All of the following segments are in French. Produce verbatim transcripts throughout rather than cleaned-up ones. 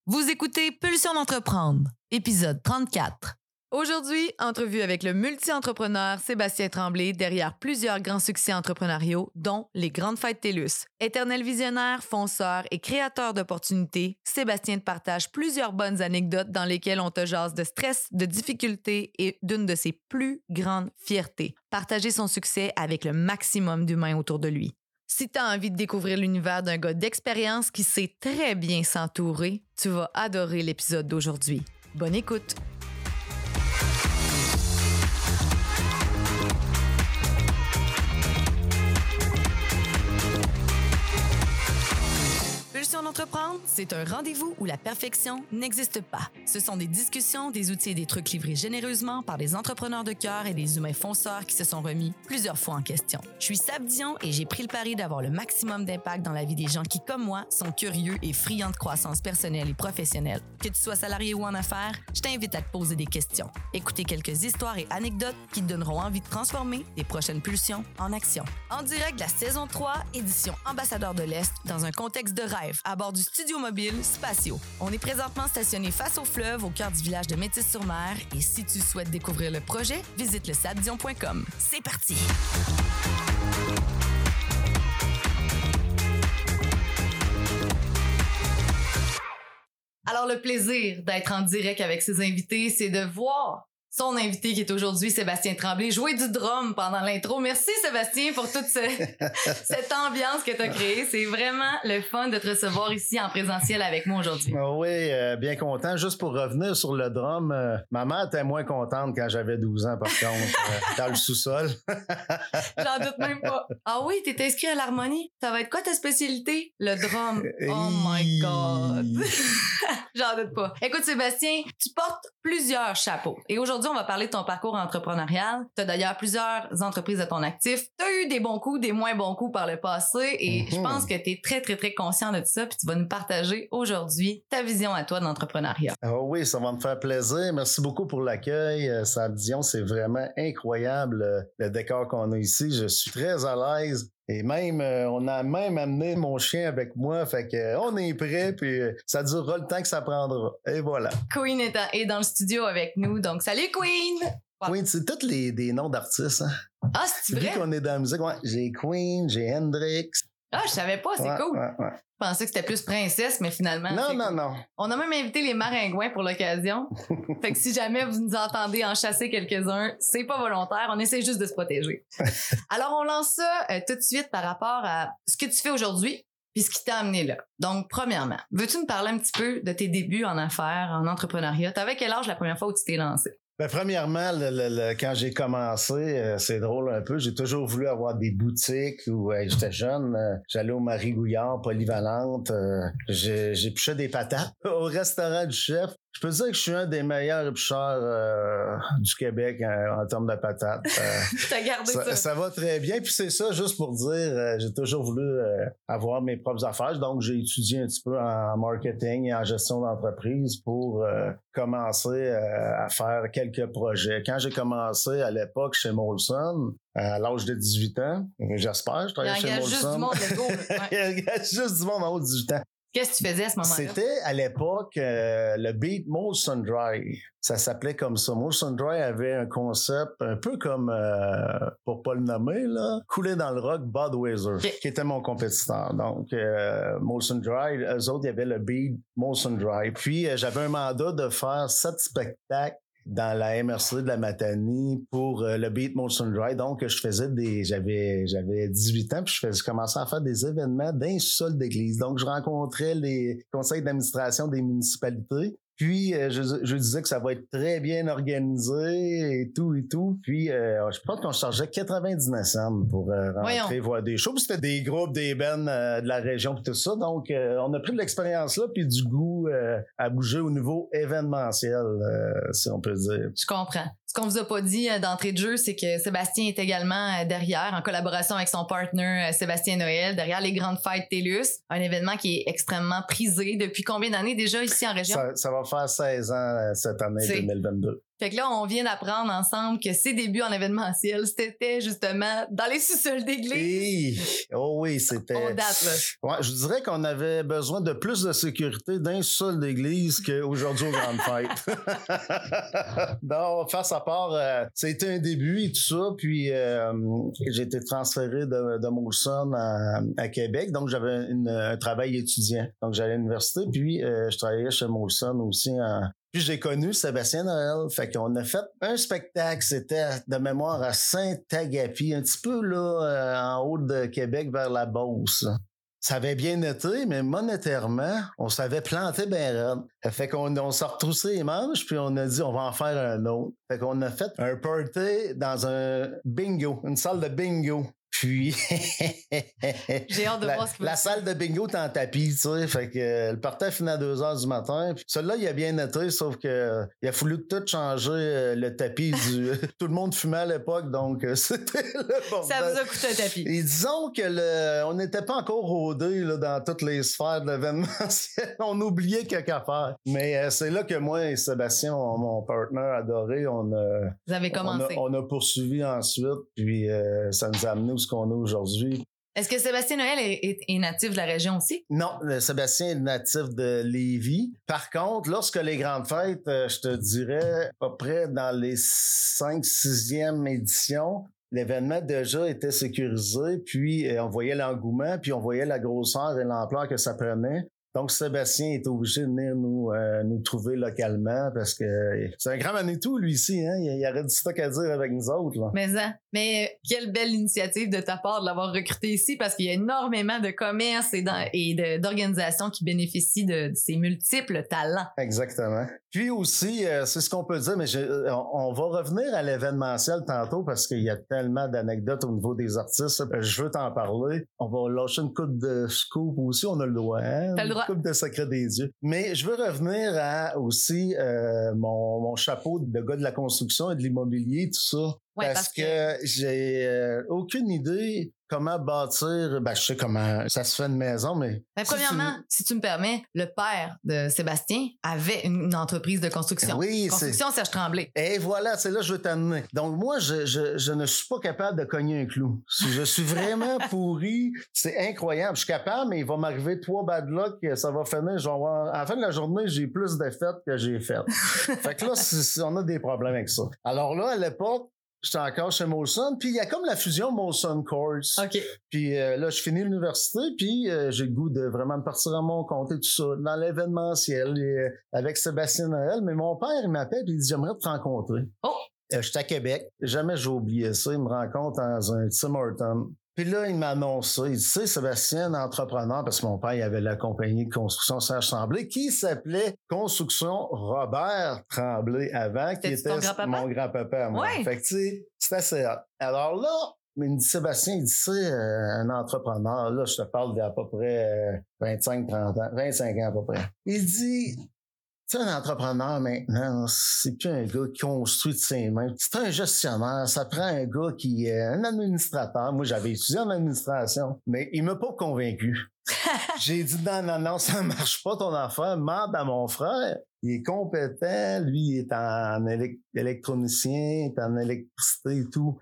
Vous écoutez Pulsion d'entreprendre, épisode trente-quatre. Aujourd'hui, entrevue avec le multi-entrepreneur Sébastien Tremblay derrière plusieurs grands succès entrepreneuriaux, dont les Grandes Fêtes TELUS. Éternel visionnaire, fonceur et créateur d'opportunités, Sébastien te partage plusieurs bonnes anecdotes dans lesquelles on te jase de stress, de difficultés et d'une de ses plus grandes fiertés, partager son succès avec le maximum d'humains autour de lui. Si tu as envie de découvrir l'univers d'un gars d'expérience qui sait très bien s'entourer, tu vas adorer l'épisode d'aujourd'hui. Bonne écoute! Pulsion d'entreprendre, c'est un rendez-vous où la perfection n'existe pas. Ce sont des discussions, des outils et des trucs livrés généreusement par des entrepreneurs de cœur et des humains fonceurs qui se sont remis plusieurs fois en question. Je suis Sab Dion et j'ai pris le pari d'avoir le maximum d'impact dans la vie des gens qui, comme moi, sont curieux et friands de croissance personnelle et professionnelle. Que tu sois salarié ou en affaires, je t'invite à te poser des questions. Écouter quelques histoires et anecdotes qui te donneront envie de transformer tes prochaines pulsions en action. En direct de la saison trois, édition Ambassadeur de l'Est, dans un contexte de rêve, à bord du studio mobile Spatio. On est présentement stationné face au fleuve, au cœur du village de Métis-sur-Mer. Et si tu souhaites découvrir le projet, visite le sabdion point com. C'est parti! Alors, le plaisir d'être en direct avec ses invités, c'est de voir son invité qui est aujourd'hui Sébastien Tremblay jouer du drum pendant l'intro. Merci Sébastien pour toute ce, cette ambiance que tu as créée. C'est vraiment le fun de te recevoir ici en présentiel avec moi aujourd'hui. Oui, euh, bien content. Juste pour revenir sur le drum, euh, ma mère était moins contente quand j'avais douze ans par contre, euh, dans le sous-sol. J'en doute même pas. Ah oui, t'es inscrit à l'harmonie. Ça va être quoi ta spécialité? Le drum. Oh my God. J'en doute pas. Écoute Sébastien, tu portes plusieurs chapeaux. Et aujourd'hui, on va parler de ton parcours entrepreneurial. Tu as d'ailleurs plusieurs entreprises à ton actif. Tu as eu des bons coups, des moins bons coups par le passé et mm-hmm. je pense que tu es très, très, très conscient de tout ça puis tu vas nous partager aujourd'hui ta vision à toi de l'entrepreneuriat. Oh oui, ça va me faire plaisir. Merci beaucoup pour l'accueil. Sa vision, c'est vraiment incroyable le décor qu'on a ici. Je suis très à l'aise. Et même, euh, on a même amené mon chien avec moi, fait que euh, on est prêt, puis euh, ça durera le temps que ça prendra. Et voilà. Queen est, à, est dans le studio avec nous, donc salut Queen! Wow. Queen, c'est tous les des noms d'artistes, hein? Ah, c'est vrai? Vu qu'on est dans la musique, ouais, j'ai Queen, j'ai Hendrix. Ah, je savais pas, c'est ouais, cool. Ouais, ouais. Je pensais que c'était plus princesse, mais finalement... Non, non, cool. non. On a même invité les maringouins pour l'occasion. Fait que si jamais vous nous entendez en chasser quelques-uns, c'est pas volontaire, on essaie juste de se protéger. Alors, on lance ça euh, tout de suite par rapport à ce que tu fais aujourd'hui puis ce qui t'a amené là. Donc, premièrement, veux-tu nous parler un petit peu de tes débuts en affaires, en entrepreneuriat? T'avais quel âge la première fois où tu t'es lancé? Ben, premièrement, le, le, le, quand j'ai commencé, euh, c'est drôle un peu, j'ai toujours voulu avoir des boutiques où euh, j'étais jeune, euh, j'allais au Marie-Gouillard, polyvalente, euh, j'ai, j'ai piché des patates au restaurant du chef. Je peux dire que je suis un des meilleurs éplucheurs euh, du Québec en, en termes de patates. Euh, T'as gardé ça, ça. Ça va très bien. Puis c'est ça, juste pour dire, euh, j'ai toujours voulu euh, avoir mes propres affaires. Donc, j'ai étudié un petit peu en marketing et en gestion d'entreprise pour euh, commencer euh, à faire quelques projets. Quand j'ai commencé à l'époque chez Molson, à l'âge de dix-huit ans, j'espère, je travaillais chez Molson. Il engage juste du monde, le go. Ouais. Il engage juste du monde en haut de dix-huit ans. Qu'est-ce que tu faisais à ce moment-là? C'était à l'époque euh, le beat Molson Dry. Ça s'appelait comme ça. Molson Dry avait un concept un peu comme, euh, pour pas le nommer, là, couler dans le rock Budweiser, okay. qui était mon compétiteur. Donc, euh, Molson Dry, eux autres, il y avait le beat Molson Dry. Puis, euh, j'avais un mandat de faire sept spectacles dans la M R C de la Matanie pour euh, le Beat Molson Dry. Donc, je faisais des, j'avais, j'avais dix-huit ans puis je faisais, je commençais à faire des événements dans un sol d'église. Donc, je rencontrais les conseils d'administration des municipalités. Puis, euh, je, je disais que ça va être très bien organisé et tout et tout. Puis, euh, je pense qu'on chargeait quatre-vingt-dix-neuf cents pour euh, rentrer Voyons. voir des shows. Puis, c'était des groupes, des bands euh, de la région puis tout ça. Donc, euh, on a pris de l'expérience-là puis du goût euh, à bouger au niveau événementiel, euh, si on peut dire. Je comprends. Ce qu'on vous a pas dit d'entrée de jeu, c'est que Sébastien est également derrière, en collaboration avec son partner Sébastien Noël, derrière les Grandes Fêtes TELUS, un événement qui est extrêmement prisé. Depuis combien d'années déjà ici en région? Ça, ça va faire seize ans cette année, c'est, deux mille vingt-deux. Fait que là, on vient d'apprendre ensemble que ses débuts en événementiel, c'était justement dans les sous-sols d'église. Et... Oh oui, c'était... On date, là. Ouais, je dirais qu'on avait besoin de plus de sécurité dans les sous-sols d'église qu'aujourd'hui aux grandes fêtes. Donc, face à part, euh, c'était un début et tout ça, puis euh, j'ai été transféré de, de Molson à, à Québec, donc j'avais une, un travail étudiant. Donc, j'allais à l'université, puis euh, je travaillais chez Molson aussi en... Puis j'ai connu Sébastien Noël. Fait qu'on a fait un spectacle, c'était de mémoire à Saint-Agapi, un petit peu là euh, en haut de Québec vers la Beauce. Ça avait bien été, mais monétairement, on s'avait planté bien raide. Fait qu'on on s'est retroussé les manches, puis on a dit on va en faire un autre. Fait qu'on a fait un party dans un bingo, une salle de bingo. Puis, j'ai hâte de la, voir ce que la salle de bingo est en tapis, tu sais. Fait que euh, le party a fini à deux heures du matin. Puis celui-là, il a bien été, sauf que euh, il a fallu tout changer euh, le tapis du. Tout le monde fumait à l'époque, donc euh, c'était le bordel. Ça vous a coûté un tapis. Et disons que le, on n'était pas encore rodés là, dans toutes les sphères de l'événementiel. On oubliait quelques affaires. Mais euh, c'est là que moi et Sébastien, on, mon partenaire adoré, on a. Vous avez commencé. On a, on a poursuivi ensuite, puis euh, ça nous a amené où ce qu'on a aujourd'hui. Est-ce que Sébastien Noël est, est, est natif de la région aussi? Non, Sébastien est natif de Lévis. Par contre, lorsque les grandes fêtes, je te dirais, à peu près dans les cinq sixième éditions, l'événement déjà était sécurisé, puis on voyait l'engouement, puis on voyait la grosseur et l'ampleur que ça prenait. Donc, Sébastien est obligé de venir nous, euh, nous trouver localement parce que c'est un grand Manitou, lui, ici. Hein? Il, il aurait du stock à dire avec nous autres. Là. Mais, hein, mais quelle belle initiative de ta part de l'avoir recruté ici parce qu'il y a énormément de commerces et, dans, et de, d'organisations qui bénéficient de, de ces multiples talents. Exactement. Puis aussi, euh, c'est ce qu'on peut dire, mais je, on, on va revenir à l'événementiel tantôt parce qu'il y a tellement d'anecdotes au niveau des artistes. Je veux t'en parler. On va lâcher une coupe de scoop aussi, on a le droit. Hein? T'as le droit. Coupe de secret des dieux. Mais je veux revenir à aussi euh, mon, mon chapeau de gars de la construction et de l'immobilier, tout ça. Ouais, parce, parce que, que j'ai euh, aucune idée comment bâtir. Ben, je sais comment ça se fait une maison, mais. Ben, si premièrement, tu... si tu me permets, le père de Sébastien avait une entreprise de construction. Oui, construction c'est... Serge Tremblay. Et voilà, c'est là que je veux t'amener. Donc, moi, je, je, je ne suis pas capable de cogner un clou. Je suis vraiment pourri. C'est incroyable. Je suis capable, mais il va m'arriver trois bad luck. Ça va finir. Je vais avoir... À la fin de la journée, j'ai plus de fêtes que j'ai faites. Fait que là, c'est, c'est, on a des problèmes avec ça. Alors là, à l'époque, j'étais encore chez Molson, puis il y a comme la fusion Molson Course. OK. Puis euh, là, je finis l'université, puis euh, j'ai le goût de vraiment partir à mon compte et tout ça, dans l'événementiel, et, euh, avec Sébastien Noël. Mais mon père, il m'appelle, puis il dit « J'aimerais te rencontrer. » Oh! Euh, j'étais à Québec. Jamais j'ai oublié ça. Il me rencontre dans un Tim Hortons. Puis là, il m'annonce ça. Il dit, tu sais, Sébastien, entrepreneur, parce que mon père, il avait la compagnie de construction Serge Tremblay, qui s'appelait Construction Robert Tremblay avant, qui C'était était grand-papa? mon grand-papa. Moi. Ouais. Fait que, tu sais, c'était assez hot. Alors là, mais il me dit, Sébastien, il dit, tu sais, euh, un entrepreneur, là, je te parle d'à peu près euh, vingt-cinq trente ans, vingt-cinq ans à peu près. Il dit, tu sais, un entrepreneur maintenant, c'est plus un gars qui construit de ses mains. C'est un gestionnaire. Ça prend un gars qui est un administrateur. Moi, j'avais étudié en administration, mais il m'a pas convaincu. J'ai dit, non, non, non, ça marche pas ton affaire. Demande à mon frère. Il est compétent. Lui, il est en élect- électronicien, il est en électricité et tout.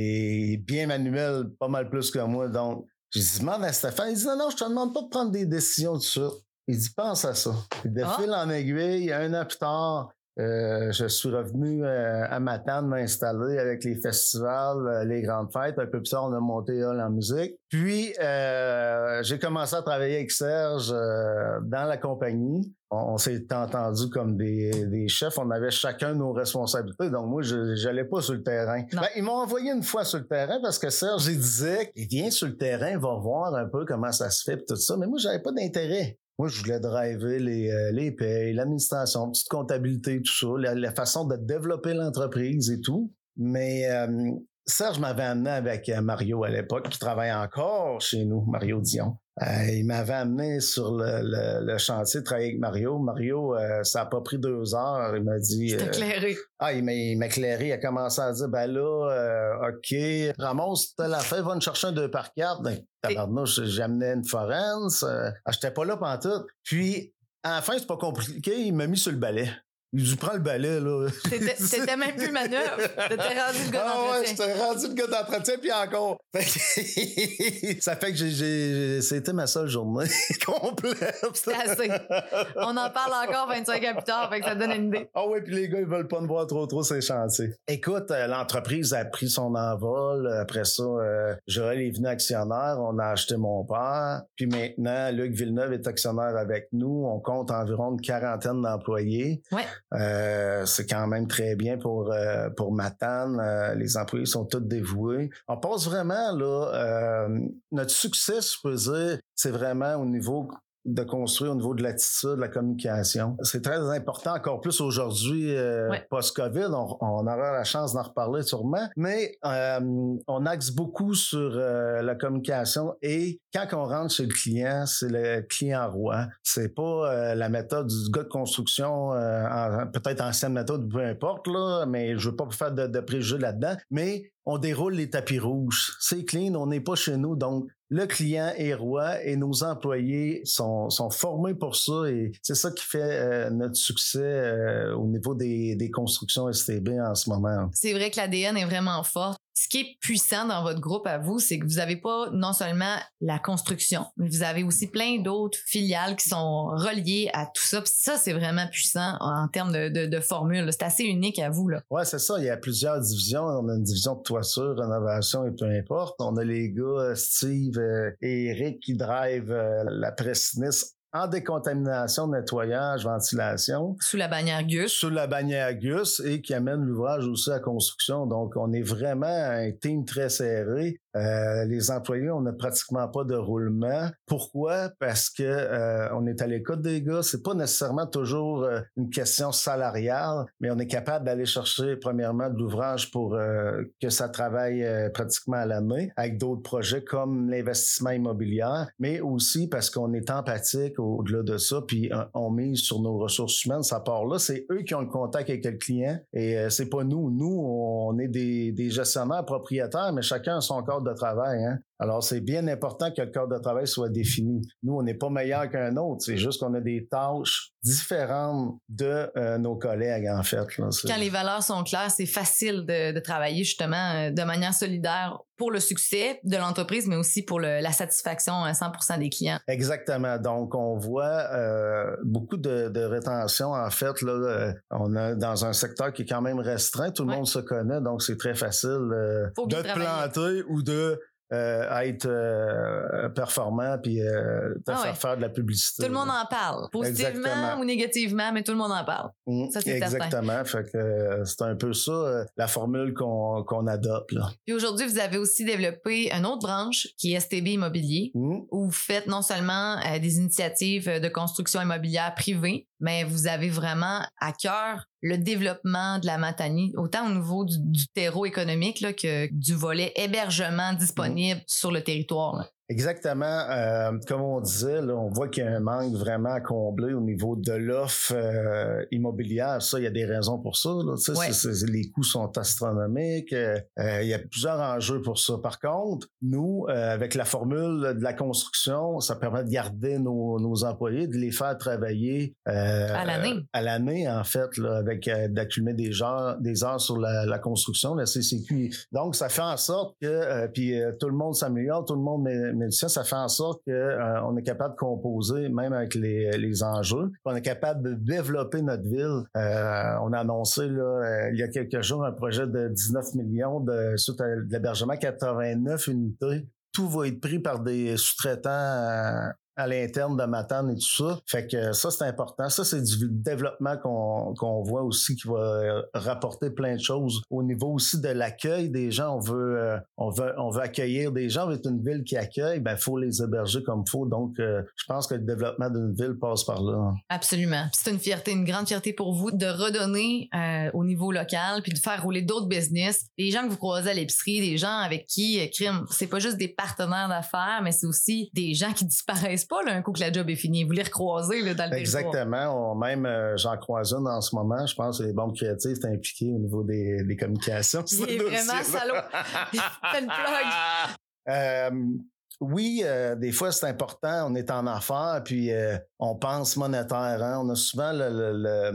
Et bien manuel, pas mal plus que moi. Donc, j'ai dit, demande à Stéphane. Il dit, non, non, je te demande pas de prendre des décisions tout de suite. Il dit, pense à ça. Puis de Ah. fil en aiguille, un an plus tard, euh, je suis revenu euh, à Matane m'installer avec les festivals, euh, les grandes fêtes. Un peu plus tard, on a monté Hall en musique. Puis, euh, j'ai commencé à travailler avec Serge euh, dans la compagnie. On, on s'est entendu comme des, des chefs. On avait chacun nos responsabilités. Donc, moi, je j'allais pas sur le terrain. Ben, ils m'ont envoyé une fois sur le terrain parce que Serge, il disait, il vient sur le terrain, va voir un peu comment ça se fait, pis tout ça. Mais moi, j'avais pas d'intérêt. Moi, je voulais driver les, euh, les payes, l'administration, petite comptabilité, tout ça, la, la façon de développer l'entreprise et tout. Mais euh, Serge m'avait amené avec Mario à l'époque, qui travaille encore chez nous, Mario Dion. Euh, il m'avait amené sur le, le, le chantier de travailler avec Mario. Mario, euh, ça a pas pris deux heures. Il m'a dit... Je t'ai euh, éclairé. Ah, il m'a, il m'a éclairé. Il a commencé à dire, ben là, euh, OK, ramasse telle affaire, va nous chercher un deux par quatre. Ben, tabarnouche, j'amenais une forense. Euh, ah, j'étais pas là pantoute. Puis, à la fin, c'est pas compliqué. Il m'a mis sur le balai. Il dit, prends le balai, là. T'étais, t'étais même plus manœuvre. T'étais rendu le gars ah d'entretien. ouais, j'étais rendu le gars d'entretien, puis encore. Ça fait que j'ai, j'ai, c'était ma seule journée complète. C'est assez. On en parle encore vingt-cinq ans plus tard, fait que ça donne une idée. Ah oui, puis les gars, ils veulent pas me voir trop trop ces chantiers. Écoute, euh, l'entreprise a pris son envol. Après ça, euh, Joël est venu actionnaire. On a acheté mon père. Puis maintenant, Luc Villeneuve est actionnaire avec nous. On compte environ une quarantaine d'employés. Ouais. Euh, c'est quand même très bien pour euh, pour Matane. Euh, les employés sont tous dévoués. On pense vraiment, là, euh, notre succès, je peux dire, c'est vraiment au niveau de construire au niveau de l'attitude, de la communication. C'est très important, encore plus aujourd'hui, euh, ouais. post-COVID. On, on aura la chance d'en reparler sûrement. Mais euh, on axe beaucoup sur euh, la communication et quand on rentre chez le client, c'est le client roi. C'est pas euh, la méthode du gars de construction, euh, en, peut-être ancienne méthode, peu importe, là, mais je veux pas faire de, de préjugés là-dedans. Mais on déroule les tapis rouges. C'est clean, on n'est pas chez nous, donc le client est roi et nos employés sont, sont formés pour ça et c'est ça qui fait euh, notre succès euh, au niveau des, des constructions S T B en ce moment. C'est vrai que l'A D N est vraiment fort. Ce qui est puissant dans votre groupe à vous, c'est que vous n'avez pas non seulement la construction, mais vous avez aussi plein d'autres filiales qui sont reliées à tout ça. Puis ça, c'est vraiment puissant en termes de, de, de formule. C'est assez unique à vous, là. Ouais, c'est ça. Il y a plusieurs divisions. On a une division de toiture, rénovation et peu importe. On a les gars, Steve euh, et Eric, qui drive euh, la Pressinis en décontamination, nettoyage, ventilation. Sous la bannière Gus. Sous la bannière Gus et qui amène l'ouvrage aussi à construction. Donc, on est vraiment un team très serré. Euh, les employés, on n'a pratiquement pas de roulement. Pourquoi? Parce que euh, on est à l'écoute des gars. C'est pas nécessairement toujours euh, une question salariale, mais on est capable d'aller chercher premièrement de l'ouvrage pour euh, que ça travaille euh, pratiquement à l'année avec d'autres projets comme l'investissement immobilier, mais aussi parce qu'on est empathique au-delà de ça, puis on, on mise sur nos ressources humaines. Ça part là, c'est eux qui ont le contact avec le client et euh, c'est pas nous. Nous, on est des, des gestionnaires propriétaires, mais chacun a son cadre de travail. Hein? Alors, c'est bien important que le cadre de travail soit défini. Nous, on n'est pas meilleur qu'un autre. C'est juste qu'on a des tâches différentes de euh, nos collègues, en fait. Là. Quand les valeurs sont claires, c'est facile de, de travailler justement de manière solidaire pour le succès de l'entreprise, mais aussi pour le, la satisfaction à cent pour cent des clients. Exactement. Donc, on voit euh, beaucoup de, de rétention. En fait, là, euh, on est dans un secteur qui est quand même restreint. Tout le ouais. monde se connaît, donc c'est très facile euh, de te planter ou de Euh, être euh, performant puis euh, te ah faire ouais. faire de la publicité. Tout le monde en parle, positivement Exactement. Ou négativement, mais tout le monde en parle. Mmh, ça, c'est Exactement. certain. Fait que euh, c'est un peu ça, euh, la formule qu'on, qu'on adopte. Là. Puis aujourd'hui, vous avez aussi développé une autre branche qui est S T B Immobilier, mmh. où vous faites non seulement euh, des initiatives de construction immobilière privée, mais vous avez vraiment à cœur le développement de la Matanie, autant au niveau du, du terreau économique là, que du volet hébergement disponible mmh. sur le territoire. Là. Exactement. Euh, comme on disait, là, on voit qu'il y a un manque vraiment à combler au niveau de l'offre euh, immobilière. Ça, il y a des raisons pour ça. Là. Tu sais, ouais. c'est, c'est, les coûts sont astronomiques. Euh, il y a plusieurs enjeux pour ça. Par contre, nous, euh, avec la formule de la construction, ça permet de garder nos, nos employés, de les faire travailler euh, à l'année. Euh, à l'année, en fait, là, avec euh, d'accumuler des heures, des heures sur la, la construction, la C C Q. Donc, ça fait en sorte que euh, puis euh, tout le monde s'améliore, tout le monde met mais ça, ça fait en sorte qu'on euh, est capable de composer, même avec les, les enjeux. On est capable de développer notre ville. Euh, on a annoncé là, euh, il y a quelques jours un projet de dix-neuf millions de, suite à l'hébergement, quatre-vingt-neuf unités. Tout va être pris par des sous-traitants euh, à l'interne de Matane et tout ça. Fait que ça, c'est important. Ça, c'est du développement qu'on, qu'on voit aussi qui va rapporter plein de choses. Au niveau aussi de l'accueil des gens, on veut, euh, on veut, on veut accueillir des gens. On veut être une ville qui accueille, ben, faut les héberger comme il faut. Donc, euh, je pense que le développement d'une ville passe par là. Absolument. Puis c'est une fierté, une grande fierté pour vous de redonner euh, au niveau local puis de faire rouler d'autres business. Les gens que vous croisez à l'épicerie, des gens avec qui, euh, crime, c'est pas juste des partenaires d'affaires, mais c'est aussi des gens qui disparaissent pas là, un coup que la job est finie. Vous les recroisez là, dans le Exactement. On, même, euh, j'en croise une en ce moment. Je pense que les bombes créatives étaient impliquées au niveau des, des communications. Il est vraiment salaud. Il fait une plug. Euh, oui, euh, des fois, c'est important. On est en affaires, puis euh, on pense monétaire. Hein? On a souvent le... le, le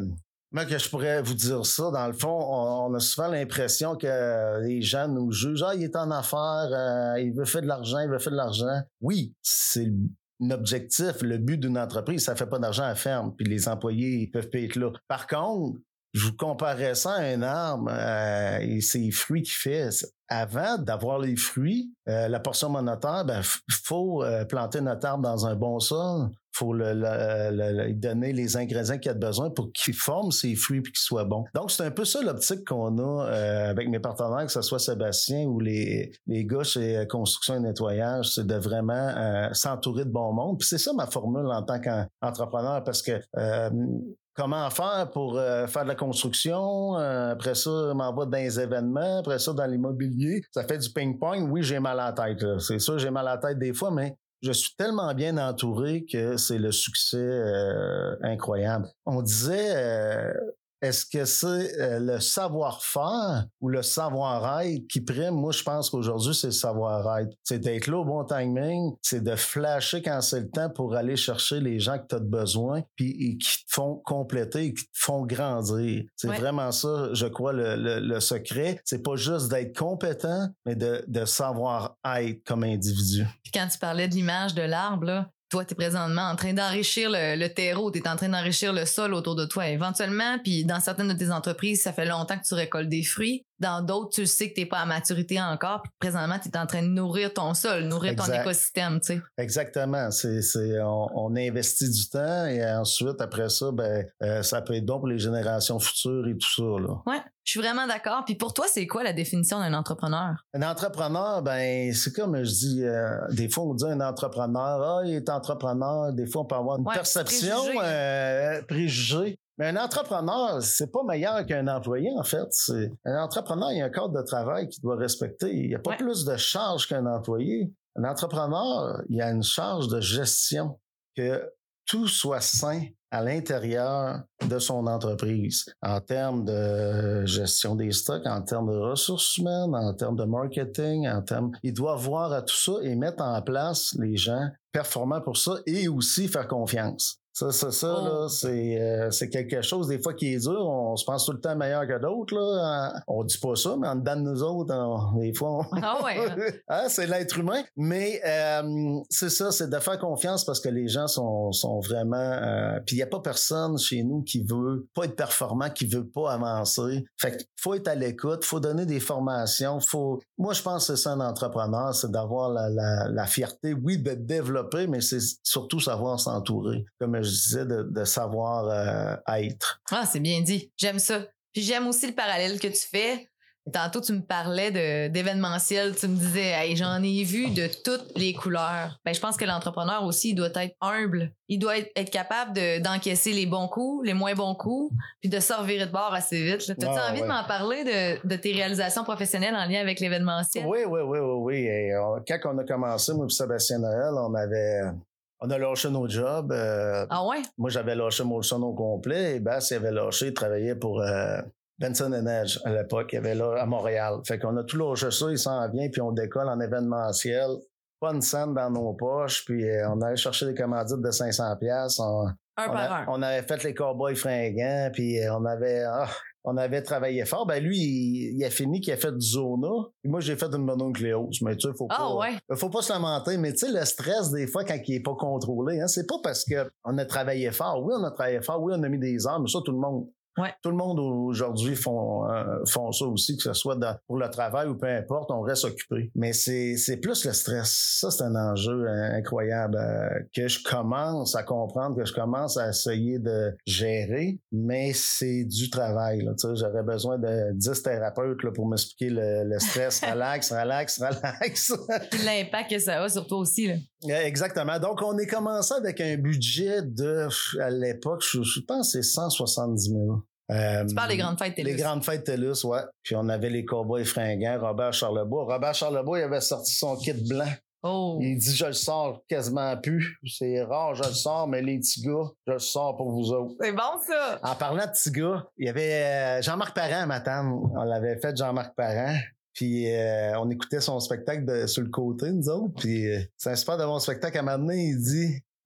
Moi, que je pourrais vous dire ça, dans le fond, on, on a souvent l'impression que les gens nous jugent. Ah, il est en affaires, euh, il veut faire de l'argent, il veut faire de l'argent. Oui, c'est un objectif, le but d'une entreprise, ça fait pas d'argent à la ferme, puis les employés ils peuvent pas être là. Par contre, je vous comparais ça à un arbre euh, et c'est les fruits qu'il fait. Avant d'avoir les fruits, euh, la portion monétaire, ben f- faut euh, planter notre arbre dans un bon sol. Faut le, le, le, le donner les ingrédients qu'il a besoin pour qu'il forme ses fruits et qu'il soit bon. Donc, c'est un peu ça l'optique qu'on a euh, avec mes partenaires, que ce soit Sébastien ou les, les gars chez Construction et Nettoyage, c'est de vraiment euh, s'entourer de bon monde. Puis c'est ça ma formule en tant qu'entrepreneur, parce que euh, comment faire pour euh, faire de la construction, euh, après ça, m'envoie dans les événements, après ça, dans l'immobilier. Ça fait du ping-pong. Oui, j'ai mal à la tête. Là. C'est sûr, j'ai mal à la tête des fois, mais je suis tellement bien entouré que c'est le succès euh, incroyable. On disait, euh, est-ce que c'est euh, le savoir-faire ou le savoir-être qui prime? Moi, je pense qu'aujourd'hui, c'est le savoir-être. C'est d'être là au bon timing, c'est de flasher quand c'est le temps pour aller chercher les gens que tu as besoin puis et qui te font compléter et qui te font grandir. C'est ouais. Vraiment ça, je crois, le, le, le secret. C'est pas juste d'être compétent, mais de, de savoir-être comme individu. Puis quand tu parlais de l'image de l'arbre, là, toi, tu es présentement en train d'enrichir le, le terreau, tu es en train d'enrichir le sol autour de toi éventuellement, puis dans certaines de tes entreprises, ça fait longtemps que tu récoltes des fruits. Dans d'autres, tu sais que tu n'es pas à maturité encore, puis présentement, tu es en train de nourrir ton sol, nourrir exact. Ton écosystème, tu sais. Exactement. C'est, c'est, on, on investit du temps et ensuite, après ça, ben, euh, ça peut être bon pour les générations futures et tout ça, là. Ouais. Je suis vraiment d'accord. Puis pour toi, c'est quoi la définition d'un entrepreneur? Un entrepreneur, ben c'est comme je dis, euh, des fois on dit un entrepreneur, ah, il est entrepreneur. Des fois on peut avoir une ouais, perception préjugée. Euh, préjugée. Mais un entrepreneur, c'est pas meilleur qu'un employé, en fait. C'est, un entrepreneur, il y a un cadre de travail qu'il doit respecter. Il n'y a pas ouais. plus de charges qu'un employé. Un entrepreneur, il y a une charge de gestion, que tout soit sain à l'intérieur de son entreprise, en termes de gestion des stocks, en termes de ressources humaines, en termes de marketing, en termes... Il doit voir à tout ça et mettre en place les gens performants pour ça et aussi faire confiance. Ça, ça, ça, oh. là, c'est, euh, c'est quelque chose, des fois, qui est dur. On se pense tout le temps meilleur que d'autres, là. On dit pas ça, mais en dedans de nous autres, on, des fois, on... Ah ouais. hein, c'est l'être humain. Mais euh, c'est ça, c'est de faire confiance parce que les gens sont, sont vraiment... Euh, puis il n'y a pas personne chez nous qui veut pas être performant, qui veut pas avancer. Fait qu'il faut être à l'écoute, faut donner des formations, faut... Moi, je pense que c'est ça un entrepreneur, c'est d'avoir la, la, la fierté, oui, de développer, mais c'est surtout savoir s'entourer. Comme je disais, de, de savoir euh, être. Ah, c'est bien dit. J'aime ça. Puis j'aime aussi le parallèle que tu fais. Tantôt, tu me parlais de, d'événementiel. Tu me disais, hey, j'en ai vu de toutes les couleurs. Ben, je pense que l'entrepreneur aussi, il doit être humble. Il doit être, être capable de, d'encaisser les bons coups, les moins bons coups, puis de se revirer de bord assez vite. Là. T'as-tu ah, envie ouais. de m'en parler de, de tes réalisations professionnelles en lien avec l'événementiel? Oui, oui, oui, oui, oui. Et, euh, quand on a commencé, moi et Sébastien Noël, on avait... On a lâché nos jobs. Euh, ah ouais? Moi, j'avais lâché Molson au complet. Et Bass, il avait lâché, il travaillait pour euh, Benson and Edge à l'époque. Il avait là à Montréal. Fait qu'on a tout lâché ça, il s'en vient, puis on décolle en événementiel. Pas une scène dans nos poches, puis euh, on allait chercher des commandites de cinq cents piastres. On, un on, par a, un. On avait fait les cowboys fringants, puis euh, on avait... Ah, on avait travaillé fort. Ben lui, il, il a fini qu'il a fait du Zona. Puis moi, j'ai fait une mononucléose. Mais tu sais, faut pas... Oh, ouais. Faut pas se lamenter. Mais tu sais, le stress, des fois, quand il est pas contrôlé, hein, c'est pas parce que on a travaillé fort. Oui, on a travaillé fort. Oui, on a mis des heures. Mais ça, tout le monde... Ouais. Tout le monde aujourd'hui font, euh, font ça aussi, que ce soit dans, pour le travail ou peu importe, on reste occupé. Mais c'est, c'est plus le stress. Ça, c'est un enjeu hein, incroyable euh, que je commence à comprendre, que je commence à essayer de gérer, mais c'est du travail. Là, j'aurais besoin de dix thérapeutes là, pour m'expliquer le, le stress. Relax, relax, relax. L'impact que ça a sur toi aussi. Là. Exactement. Donc, on est commencé avec un budget de, à l'époque, je, je pense que c'est cent soixante-dix mille. Euh, tu parles des grandes fêtes TELUS. Les grandes fêtes TELUS, ouais. Puis on avait les cowboys fringants, Robert Charlebois. Robert Charlebois, il avait sorti son kit blanc. Oh. Il dit, je le sors quasiment plus. C'est rare, je le sors, mais les petits gars, je le sors pour vous autres. C'est bon, ça. En parlant de petits gars, il y avait Jean-Marc Parent à Matane. On l'avait fait, Jean-Marc Parent. Puis euh, on écoutait son spectacle de, sur le côté, nous autres. Puis euh, c'est un super de bon spectacle. À un moment donné, il dit...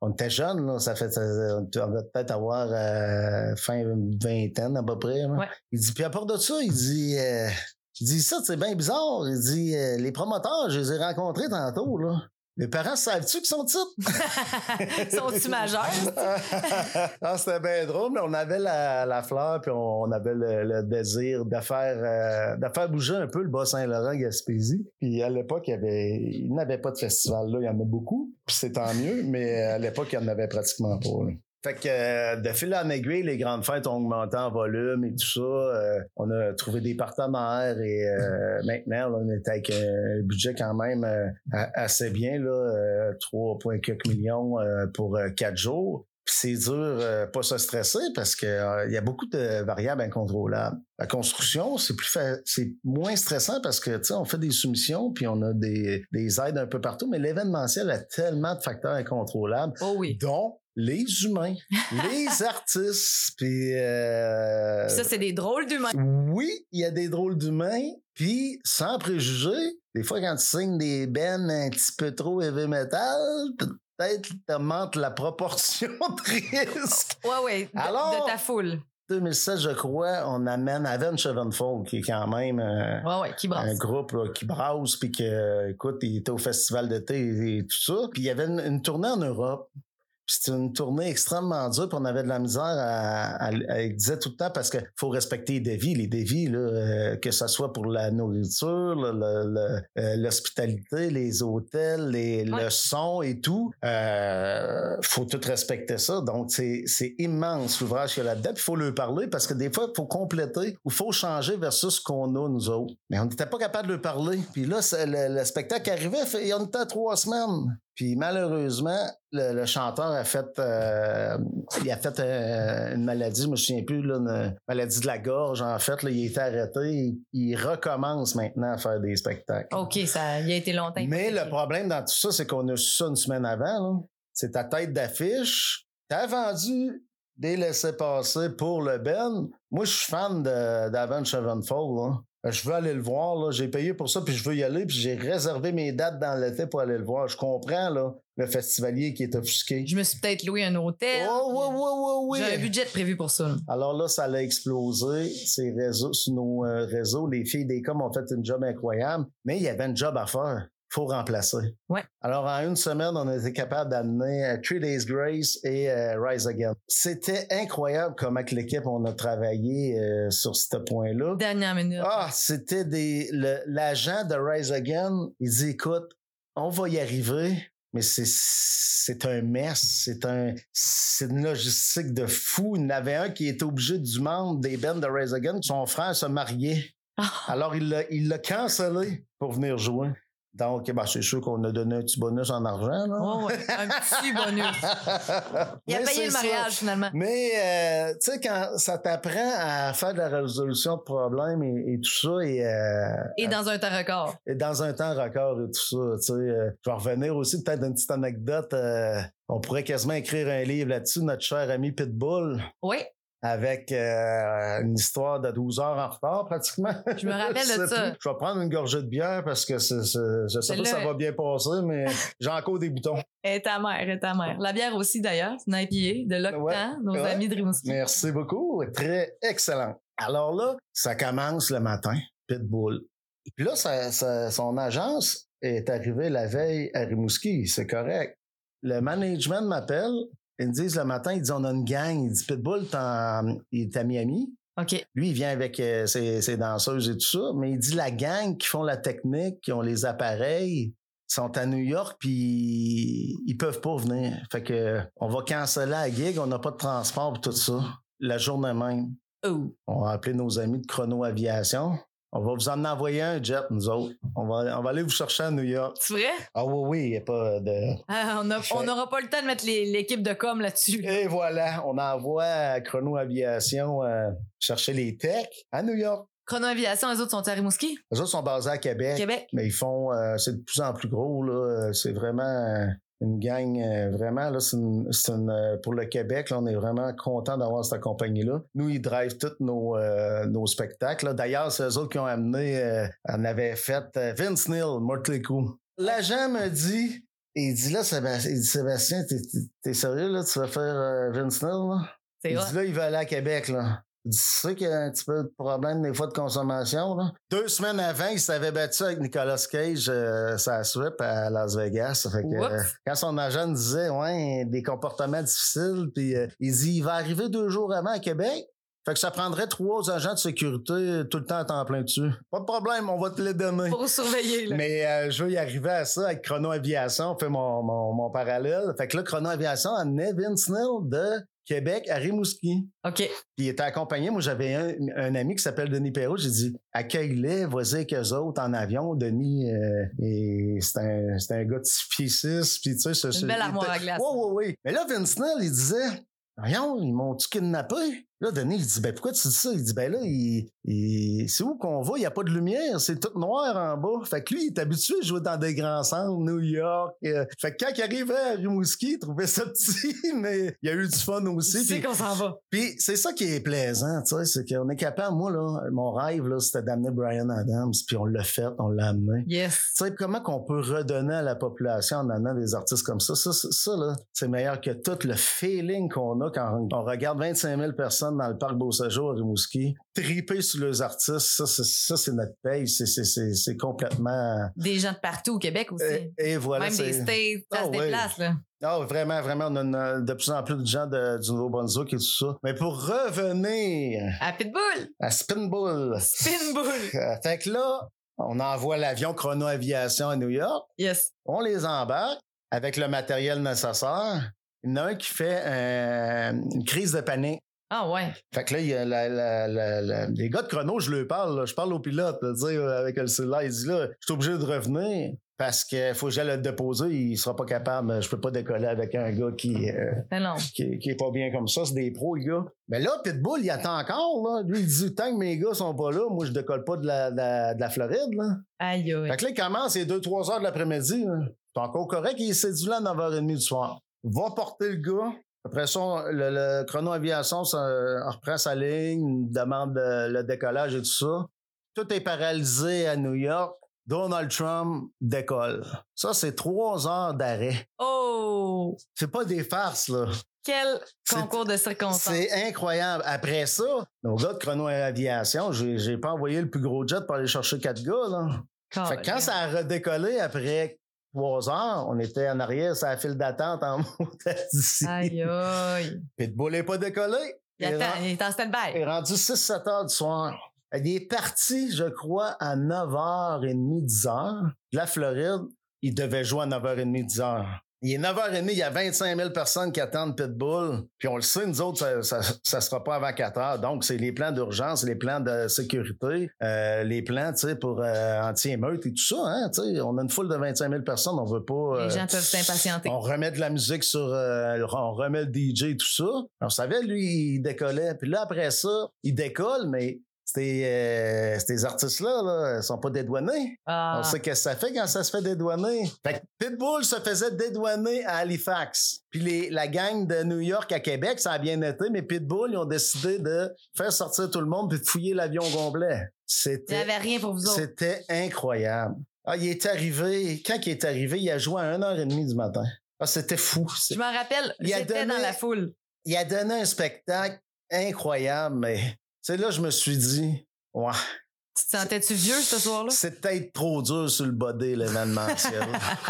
on était jeunes, là, ça fait, on devait peut-être avoir euh, fin vingtaine à peu près. Là. Ouais. Il dit, puis à part de ça, il dit, euh, il dit ça, c'est bien bizarre. Il dit, euh, les promoteurs, je les ai rencontrés tantôt, là. Les parents savent-tu qu'ils sont titres? Sont-ils majeurs? Ah, c'était bien drôle, mais on avait la, la fleur puis on, on avait le, le désir de faire, euh, de faire bouger un peu le Bas-Saint-Laurent-Gaspésie. Puis à l'époque, il y avait, il n'avait pas de festival là, il y en a beaucoup, puis c'est tant mieux, mais à l'époque, il n'y en avait pratiquement pas. Là. Fait que euh, de fil en aiguille, les grandes fêtes ont augmenté en volume et tout ça. Euh, on a trouvé des partenaires et euh, maintenant, là, on est avec un budget quand même euh, assez bien, là, euh, trois virgule quelques millions euh, pour euh, quatre jours. Puis c'est dur euh, pas se stresser parce que euh, il y a beaucoup de variables incontrôlables. La construction, c'est plus fa- c'est moins stressant parce que tu sais, on fait des soumissions puis on a des, des aides un peu partout, mais l'événementiel a tellement de facteurs incontrôlables, oh oui. dont les humains, les artistes, puis euh... ça, c'est des drôles d'humains. Oui, il y a des drôles d'humains, puis sans préjuger, des fois quand tu signes des bennes un petit peu trop heavy metal, peut-être t'augmentes la proportion de risque. Ouais, ouais, de, Alors, de ta foule. deux mille sept, je crois, on amène Avenged Sevenfold, qui est quand même euh, ouais, ouais, qui brasse. un groupe là, qui brasse, puis que, écoute, il était au festival d'été et, et tout ça. Puis il y avait une, une tournée en Europe. C'était une tournée extrêmement dure, puis on avait de la misère à, à, à il disait tout le temps parce que faut respecter les dévis, les dévis là, euh, que ce soit pour la nourriture, le, le, le, euh, l'hospitalité, les hôtels, les, ouais. le son et tout. Euh, faut tout respecter ça. Donc c'est c'est immense l'ouvrage qu'il y a là-dedans. Il faut leur parler parce que des fois il faut compléter ou faut changer versus ce qu'on a nous autres. Mais on n'était pas capable de leur parler. Puis là le, le spectacle arrivait, fait, on était à trois semaines. Puis malheureusement, le, le chanteur a fait, euh, il a fait euh, une maladie, je me souviens plus, là, une maladie de la gorge. En fait, là, il a été arrêté. Il, il recommence maintenant à faire des spectacles. Ok, ça, il a été longtemps. Mais le problème dans tout ça, c'est qu'on a su ça une semaine avant. Là. C'est ta tête d'affiche. T'as vendu des laissez-passer pour le Ben. Moi, je suis fan de, d'Avenged Sevenfold. Là. Je veux aller le voir, là. J'ai payé pour ça, puis je veux y aller, puis j'ai réservé mes dates dans l'été pour aller le voir. Je comprends, là, le festivalier qui est offusqué. Je me suis peut-être loué un hôtel. Oh, oui, oui, oui, oui. J'ai un budget prévu pour ça. Là. Alors là, ça l'a explosé. Ces réseaux, sur nos euh, réseaux, les filles des coms ont fait une job incroyable, mais il y avait un job à faire. Faut remplacer. Ouais. Alors, en une semaine, on a été capable d'amener uh, Three Days Grace et uh, Rise Again. C'était incroyable comment que l'équipe, on a travaillé euh, sur ce point-là. Dernière minute. Ah, c'était des... Le, l'agent de Rise Again, il dit, écoute, on va y arriver, mais c'est, c'est un mess. C'est un, c'est une logistique de fou. Il y en avait un qui était obligé du membre des bands de Rise Again, son frère se mariait. Ah. Alors, il l'a, il l'a cancellé pour venir jouer. Donc, ben, c'est sûr qu'on a donné un petit bonus en argent. Là. Oh, ouais, un petit bonus. Il a payé le mariage, ça. Finalement. Mais, euh, tu sais, quand ça t'apprend à faire de la résolution de problèmes et, et tout ça. Et, euh, et dans un temps record. Et dans un temps record et tout ça. Tu sais, euh, je vais revenir aussi peut-être d'une petite anecdote. Euh, on pourrait quasiment écrire un livre là-dessus, notre cher ami Pitbull. Oui. Avec euh, une histoire de douze heures en retard, pratiquement. Je me rappelle de ça. Plus. Je vais prendre une gorgée de bière parce que c'est, c'est, je sais c'est pas si ça va bien passer, mais j'ai encore des boutons. Et ta mère, et ta mère. La bière aussi, d'ailleurs. C'est une I P A de Loctan, ouais, nos ouais. amis de Rimouski. Merci beaucoup. Très excellent. Alors là, ça commence le matin. Pitbull. Puis là, ça, ça, son agence est arrivée la veille à Rimouski. C'est correct. Le management m'appelle. Ils me disent le matin, ils disent on a une gang. Il dit Pitbull, il est à Miami. OK. Lui, il vient avec euh, ses, ses danseuses et tout ça. Mais il dit la gang qui font la technique, qui ont les appareils, sont à New York, puis ils peuvent pas venir. Fait que on va canceller la gig, on n'a pas de transport pour tout ça. La journée même. Oh. On va appeler nos amis de Chrono Aviation. On va vous en envoyer un jet, nous autres. On va, on va aller vous chercher à New York. C'est vrai? Ah oui, oui, il n'y a pas de... Ah, on n'aura pas le temps de mettre les, l'équipe de com là-dessus. Là. Et voilà, on envoie Chrono Aviation euh, chercher les techs à New York. Chrono Aviation, eux autres sont à Rimouski? Eux autres sont basés à Québec. Québec. Mais ils font... Euh, c'est de plus en plus gros, là. C'est vraiment... Euh, une gang, euh, vraiment, là, c'est une, c'est une, euh, pour le Québec, là, on est vraiment content d'avoir cette compagnie-là. Nous, ils drivent tous nos, euh, nos spectacles. Là. D'ailleurs, c'est eux autres qui ont amené, euh, on avait fait euh, Vince Neil, Motley Crue. L'agent me dit, il dit là, Sébastien, il dit, Sébastien, t'es, t'es sérieux, là? Tu vas faire euh, Vince Neil, là? C'est il vrai. dit là, il va aller à Québec, là. Il dit, c'est sûr qu'il y a un petit peu de problème des fois de consommation, là. Deux semaines avant, il s'avait battu avec Nicolas Cage, euh, sa sweep à Las Vegas. Ça fait que, euh, quand son agent disait, ouais, des comportements difficiles, puis euh, il dit, il va arriver deux jours avant à Québec. Fait que ça prendrait trois agents de sécurité tout le temps à temps plein dessus. Pas de problème, on va te les donner. Pour surveiller, là. Mais euh, je veux y arriver à ça avec Chrono Aviation. On fait mon, mon, mon parallèle. Fait que là, Chrono Aviation amenait Vince Neil de Québec à Rimouski. OK. Puis il était accompagné. Moi, j'avais un, un ami qui s'appelle Denis Perrault. J'ai dit, accueille-les, vas-y avec eux autres en avion. Denis, euh, et c'est un, c'est un gars de six pieds six. Puis tu sais, c'est une belle armoire à glace. Oui, oui, oui. Mais là, Vince Neil, il disait, voyons, ils m'ont-tu kidnappé? Là, Denis, il dit, ben, pourquoi tu dis ça? Il dit, ben là, il, il, c'est où qu'on va? Il n'y a pas de lumière. C'est tout noir en bas. Fait que lui, il est habitué à jouer dans des grands centres, New York. Euh, fait que quand il arrivait à Rimouski, il trouvait ça petit, mais il y a eu du fun aussi. Tu sais qu'on s'en va. Puis c'est ça qui est plaisant, tu sais, c'est qu'on est capable, moi, là, mon rêve, là, c'était d'amener Bryan Adams, puis on l'a fait, on l'a amené. Yes. Tu sais, comment qu'on peut redonner à la population en amenant des artistes comme ça? Ça, ça, ça là, c'est meilleur que tout le feeling qu'on a quand on regarde vingt-cinq mille personnes dans le parc Beau-Séjour à Rimouski, triper sur les artistes, ça, c'est, ça, c'est notre paye, c'est, c'est, c'est, c'est complètement... Des gens de partout au Québec aussi. Et, et voilà. Même c'est... des States, ça oh, se déplace, oui. là. Ah, oh, vraiment, vraiment, on a une, de plus en plus de gens de, du Nouveau-Brunswick et tout ça. Mais pour revenir... À Pitbull! À Spinbull. Spinbull! Fait que là, on envoie l'avion Chrono Aviation à New York. Yes. On les embarque avec le matériel nécessaire. Il y en a un qui fait euh, une crise de panique. Ah ouais. Fait que là, il y a la, la, la, la, les gars de Chrono, je leur parle, là, je parle au pilote, là, dire, avec le cellulaire, il dit là, je suis obligé de revenir parce qu'il faut que j'aille le déposer, il sera pas capable, je peux pas décoller avec un gars qui, euh, non. qui, qui est pas bien comme ça, c'est des pros, les gars. Mais là, Pitbull, il attend encore, là. Lui, il dit, tant que mes gars sont pas là, moi, je décolle pas de la, de la, de la Floride, là. Aïe, aïe. Fait que là, il commence, c'est deux trois heures de l'après-midi, là. C'est encore correct, il est séduit là à neuf heures trente du soir. Va porter le gars. Après ça, le, le Chrono Aviation ça, reprend sa ligne, demande le, le décollage et tout ça. Tout est paralysé à New York. Donald Trump décolle. Ça, c'est trois heures d'arrêt. Oh! C'est pas des farces, là. Quel concours de circonstances. C'est incroyable. Après ça, nos gars de Chrono Aviation, j'ai, j'ai pas envoyé le plus gros jet pour aller chercher quatre gars, là. Oh, fait que quand ça a redécollé après trois heures, on était en arrière sur la file d'attente en montant d'ici. Aïe, aïe. Pitbull n'est pas décollé. Il, il, attend, il est en stand-by. Il est rendu six sept heures du soir. Il est parti, je crois, à neuf heures trente, dix heures. De la Floride, il devait jouer à neuf heures trente, dix heures. Il est neuf heures trente, il y a vingt-cinq mille personnes qui attendent Pitbull. Puis on le sait, nous autres, ça, ça, ça sera pas avant quatre heures. Donc, c'est les plans d'urgence, les plans de sécurité, euh, les plans, tu sais, pour euh, anti-émeute et tout ça, hein, tu sais. On a une foule de vingt-cinq mille personnes, on veut pas... Euh, les gens peuvent s'impatienter. On remet de la musique sur... Euh, on remet le D J et tout ça. On savait, lui, il décollait. Puis là, après ça, il décolle, mais... Ces, euh, ces artistes-là, là, sont pas dédouanés. Ah. On sait qu'est-ce que ça fait quand ça se fait dédouaner. Fait que Pitbull se faisait dédouaner à Halifax. Puis les, la gang de New York à Québec, ça a bien été, mais Pitbull, ils ont décidé de faire sortir tout le monde puis de fouiller l'avion complet. C'était, il n'y avait rien pour vous autres. C'était incroyable. Ah, il est arrivé, quand il est arrivé, il a joué à une heure trente du matin. Ah, c'était fou. Je m'en rappelle, il j'étais donné, dans la foule. Il a donné un spectacle incroyable, mais... Tu sais, là, je me suis dit, ouais. Tu te sentais-tu vieux ce soir-là? C'est peut-être trop dur sur le body, l'événementiel.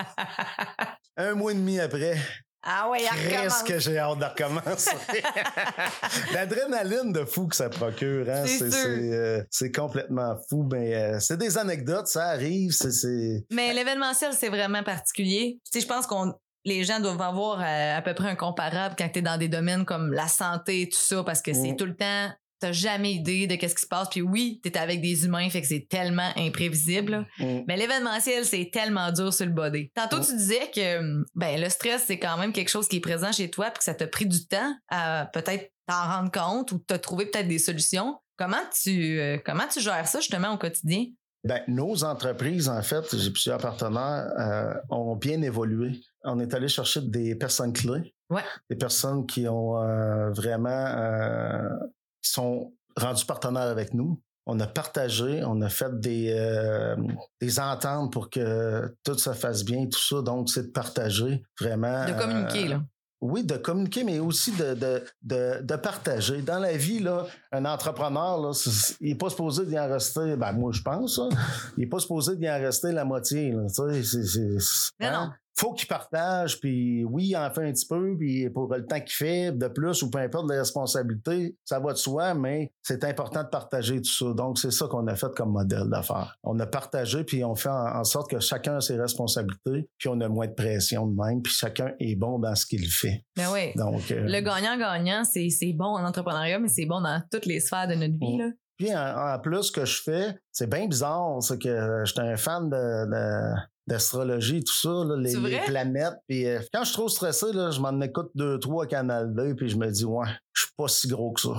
Un mois et demi après. Ah ouais, Qu'est-ce que j'ai hâte de recommencer. L'adrénaline de fou que ça procure, hein, c'est, c'est, c'est, euh, c'est complètement fou. Mais euh, c'est des anecdotes, ça arrive. C'est, c'est... Mais l'événementiel, c'est vraiment particulier. Tu sais, je pense qu'on les gens doivent avoir à, à peu près un comparable quand tu es dans des domaines comme la santé et tout ça, parce que c'est mmh. tout le temps... T'as jamais idée de qu'est-ce qui se passe. Puis oui, t'es avec des humains, fait que c'est tellement imprévisible. Mm. Mais l'événementiel, c'est tellement dur sur le body. Tantôt, mm. tu disais que ben le stress, c'est quand même quelque chose qui est présent chez toi puis que ça t'a pris du temps à peut-être t'en rendre compte ou t'as trouvé peut-être des solutions. Comment tu, euh, comment tu gères ça justement au quotidien? Ben, nos entreprises, en fait, j'ai plusieurs partenaires, euh, ont bien évolué. On est allé chercher des personnes clés. Ouais. Des personnes qui ont euh, vraiment... Euh, qui sont rendus partenaires avec nous. on a partagé, on a fait des, euh, des ententes pour que tout se fasse bien, tout ça. Donc, c'est de partager vraiment. De communiquer, euh, là. Oui, de communiquer, mais aussi de, de, de, de partager. Dans la vie, là, un entrepreneur, là, il n'est pas supposé d'y en rester, ben moi je pense, là, il n'est pas supposé d'y en rester la moitié. Là, c'est, c'est, c'est, mais hein? non. Faut qu'il partage, puis oui, il en fait un petit peu, puis pour le temps qu'il fait, de plus ou peu importe les responsabilités, ça va de soi, mais c'est important de partager tout ça. Donc, c'est ça qu'on a fait comme modèle d'affaires. On a partagé, puis on fait en, en sorte que chacun a ses responsabilités, puis on a moins de pression de même, puis chacun est bon dans ce qu'il fait. Ben oui. Donc, euh, le gagnant-gagnant, c'est, c'est bon en entrepreneuriat, mais c'est bon dans toutes les sphères de notre vie, là. Puis en, en plus, ce que je fais, c'est bien bizarre, c'est que j'étais un fan de... de d'astrologie, tout ça, là, les, les planètes. Puis euh, quand je suis trop stressé, là, je m'en écoute deux, trois à Canal deux, puis je me dis, ouais, je suis pas si gros que ça.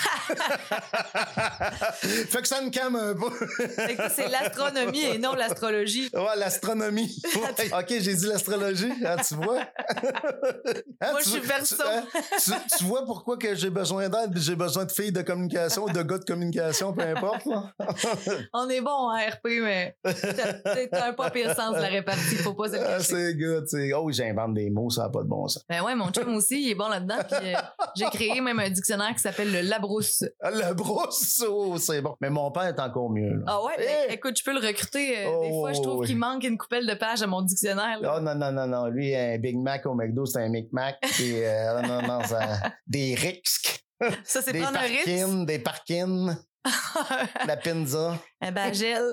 Fait que ça me calme un peu. Fait que c'est l'astronomie et non l'astrologie. Ouais, l'astronomie. Ouais. OK, j'ai dit l'astrologie. Hein, tu vois? Hein, Moi, tu, je suis perso. Tu, hein, tu, tu vois pourquoi que j'ai besoin d'aide, j'ai besoin de filles de communication ou de gars de communication, peu importe. Là. On est bon en R P, mais t'as, t'as un pas pire sens de la répartie. Faut pas se le cacher. Ah, c'est good. C'est... Oh, j'invente des mots, ça n'a pas de bon sens. Ben ouais, mon chum aussi, il est bon là-dedans. Puis euh, j'ai créé même un dictionnaire qui s'appelle le Labrousse. Le brousseau, c'est bon. Mais mon père est encore mieux. Là. Ah ouais? Hey! Ben, écoute, je peux le recruter. Euh, Oh, des fois, je trouve oui. qu'il manque une coupelle de pages à mon dictionnaire. Là. Oh non, non, non, non. Lui, un Big Mac au McDo, c'est un Mic-Mac. Puis, euh, non, non, ça... des risques. Ça, c'est des prendre un risque. parkins, des parkins. La pizza. Un bagel.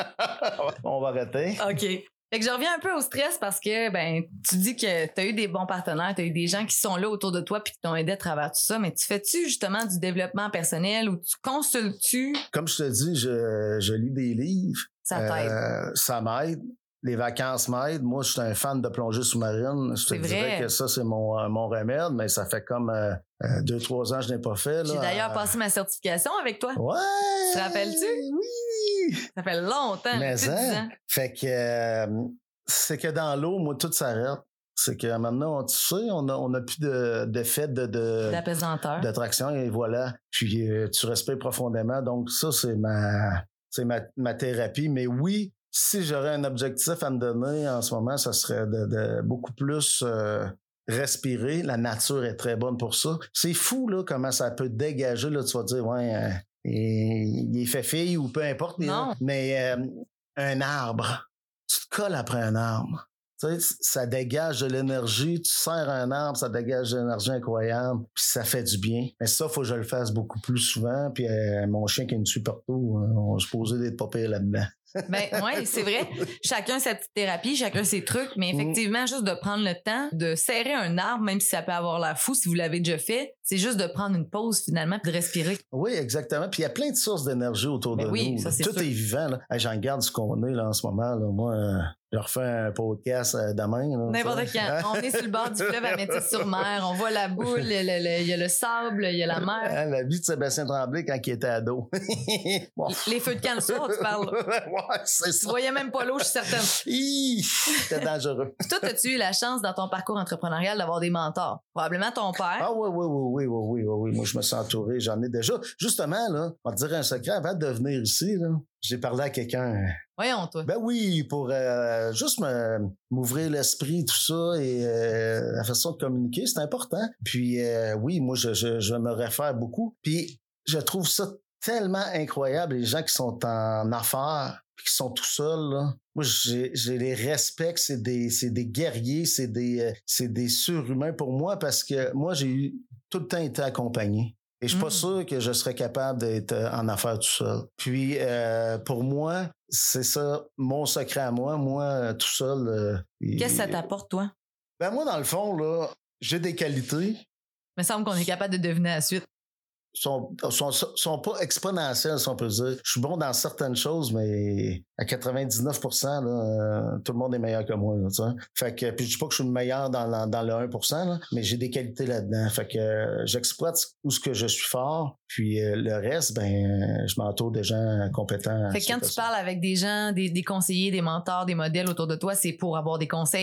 On va arrêter. OK. Fait que je reviens un peu au stress parce que ben tu dis que tu as eu des bons partenaires, tu as eu des gens qui sont là autour de toi puis qui t'ont aidé à travers tout ça, mais tu fais-tu justement du développement personnel ou tu consultes-tu? Comme je te dis, je, je lis des livres. Ça t'aide. Euh, ça m'aide. Les vacances m'aident. Moi, je suis un fan de plongée sous-marine. Je te C'est dirais vrai. que ça, c'est mon, euh, mon remède, mais ça fait comme euh, euh, deux, trois ans que je n'ai pas fait. Là, J'ai d'ailleurs Euh, passé ma certification avec toi. Ouais! Tu te rappelles-tu? Oui! Ça fait longtemps, Mais plus de dix hein, ans. fait que euh, c'est que dans l'eau, moi, tout s'arrête. C'est que maintenant, tu sais, on a, on a plus de, de fait de, de, D'apesanteur. d'attraction et voilà. Puis euh, tu respires profondément. Donc, ça, c'est ma, c'est ma, ma thérapie. Mais oui, si j'aurais un objectif à me donner en ce moment, ça serait de, de beaucoup plus euh, respirer. La nature est très bonne pour ça. C'est fou, là, comment ça peut dégager. Là, tu vas dire, ouais, euh, il, il est fait fille ou peu importe. Non. Mais euh, un arbre, tu te colles après un arbre. Tu sais, ça dégage de l'énergie. Tu serres un arbre, ça dégage de l'énergie incroyable. Puis ça fait du bien. Mais ça, il faut que je le fasse beaucoup plus souvent. Puis euh, mon chien qui me suit partout, hein, on se posait d'être pas pire là-dedans. Ben ouais, c'est vrai. Chacun sa petite thérapie, chacun ses trucs, mais effectivement, juste de prendre le temps de serrer un arbre, même si ça peut avoir l'air fou, si vous l'avez déjà fait, c'est juste de prendre une pause finalement puis de respirer. Oui, exactement. Puis il y a plein de sources d'énergie autour Ben de oui, nous. ça, c'est Tout sûr. est vivant. Là. Hey, j'en regarde ce qu'on est là, en ce moment. Là. Moi, euh, je refais un podcast euh, demain. Là, N'importe t'sais. quand. On est sur le bord du fleuve à Métis-sur-Mer. On voit la boule, il y, a le- le- il y a le sable, il y a la mer. Hein, la vie de Sébastien Tremblay quand il était ado. Bon. Les feux de camp le soir, tu parles. Ouais, c'est Tu ça. voyais même pas l'eau, je suis certaine. Hi, c'était dangereux. Puis toi, as-tu eu la chance dans ton parcours entrepreneurial d'avoir des mentors? Probablement ton père. Ah oui, oui, oui, oui, oui, oui, oui, oui. Moi, je me suis entouré. J'en ai déjà. Justement, là, on va te dire un secret. Avant de venir ici, là, j'ai parlé à quelqu'un. Voyons, toi. Ben oui, pour euh, juste me, m'ouvrir l'esprit, tout ça, et euh, la façon de communiquer, c'est important. Puis euh, oui, moi, je, je, je me réfère beaucoup. Puis je trouve ça tellement incroyable, les gens qui sont en affaires, puis qui sont tout seuls, là. Moi, j'ai, j'ai les respecte, c'est des, c'est des guerriers, c'est des, euh, c'est des surhumains pour moi, parce que moi, j'ai eu tout le temps été accompagné. Et je suis Mm. pas sûr que je serais capable d'être en affaires tout seul. Puis, euh, pour moi, c'est ça, mon secret à moi. Moi, tout seul... euh, Qu'est-ce que ça il- t'apporte, toi? Ben moi, dans le fond, là, j'ai des qualités. Il me semble qu'on est capable de deviner la suite. Sont, sont, sont pas exponentielles, si on peut dire. Je suis bon dans certaines choses, mais à quatre-vingt-dix-neuf pour cent, là, euh, tout le monde est meilleur que moi. Là, tu sais. Fait que, puis je dis pas que je suis le meilleur dans, la- dans le un pour cent, là, mais j'ai des qualités là-dedans. Fait que euh, j'exploite où ce que je suis fort, puis euh, le reste, ben, euh, je m'entoure de gens compétents. Fait que quand c'est tu ça. parles avec des gens, des, des conseillers, des mentors, des modèles autour de toi, c'est pour avoir des conseils,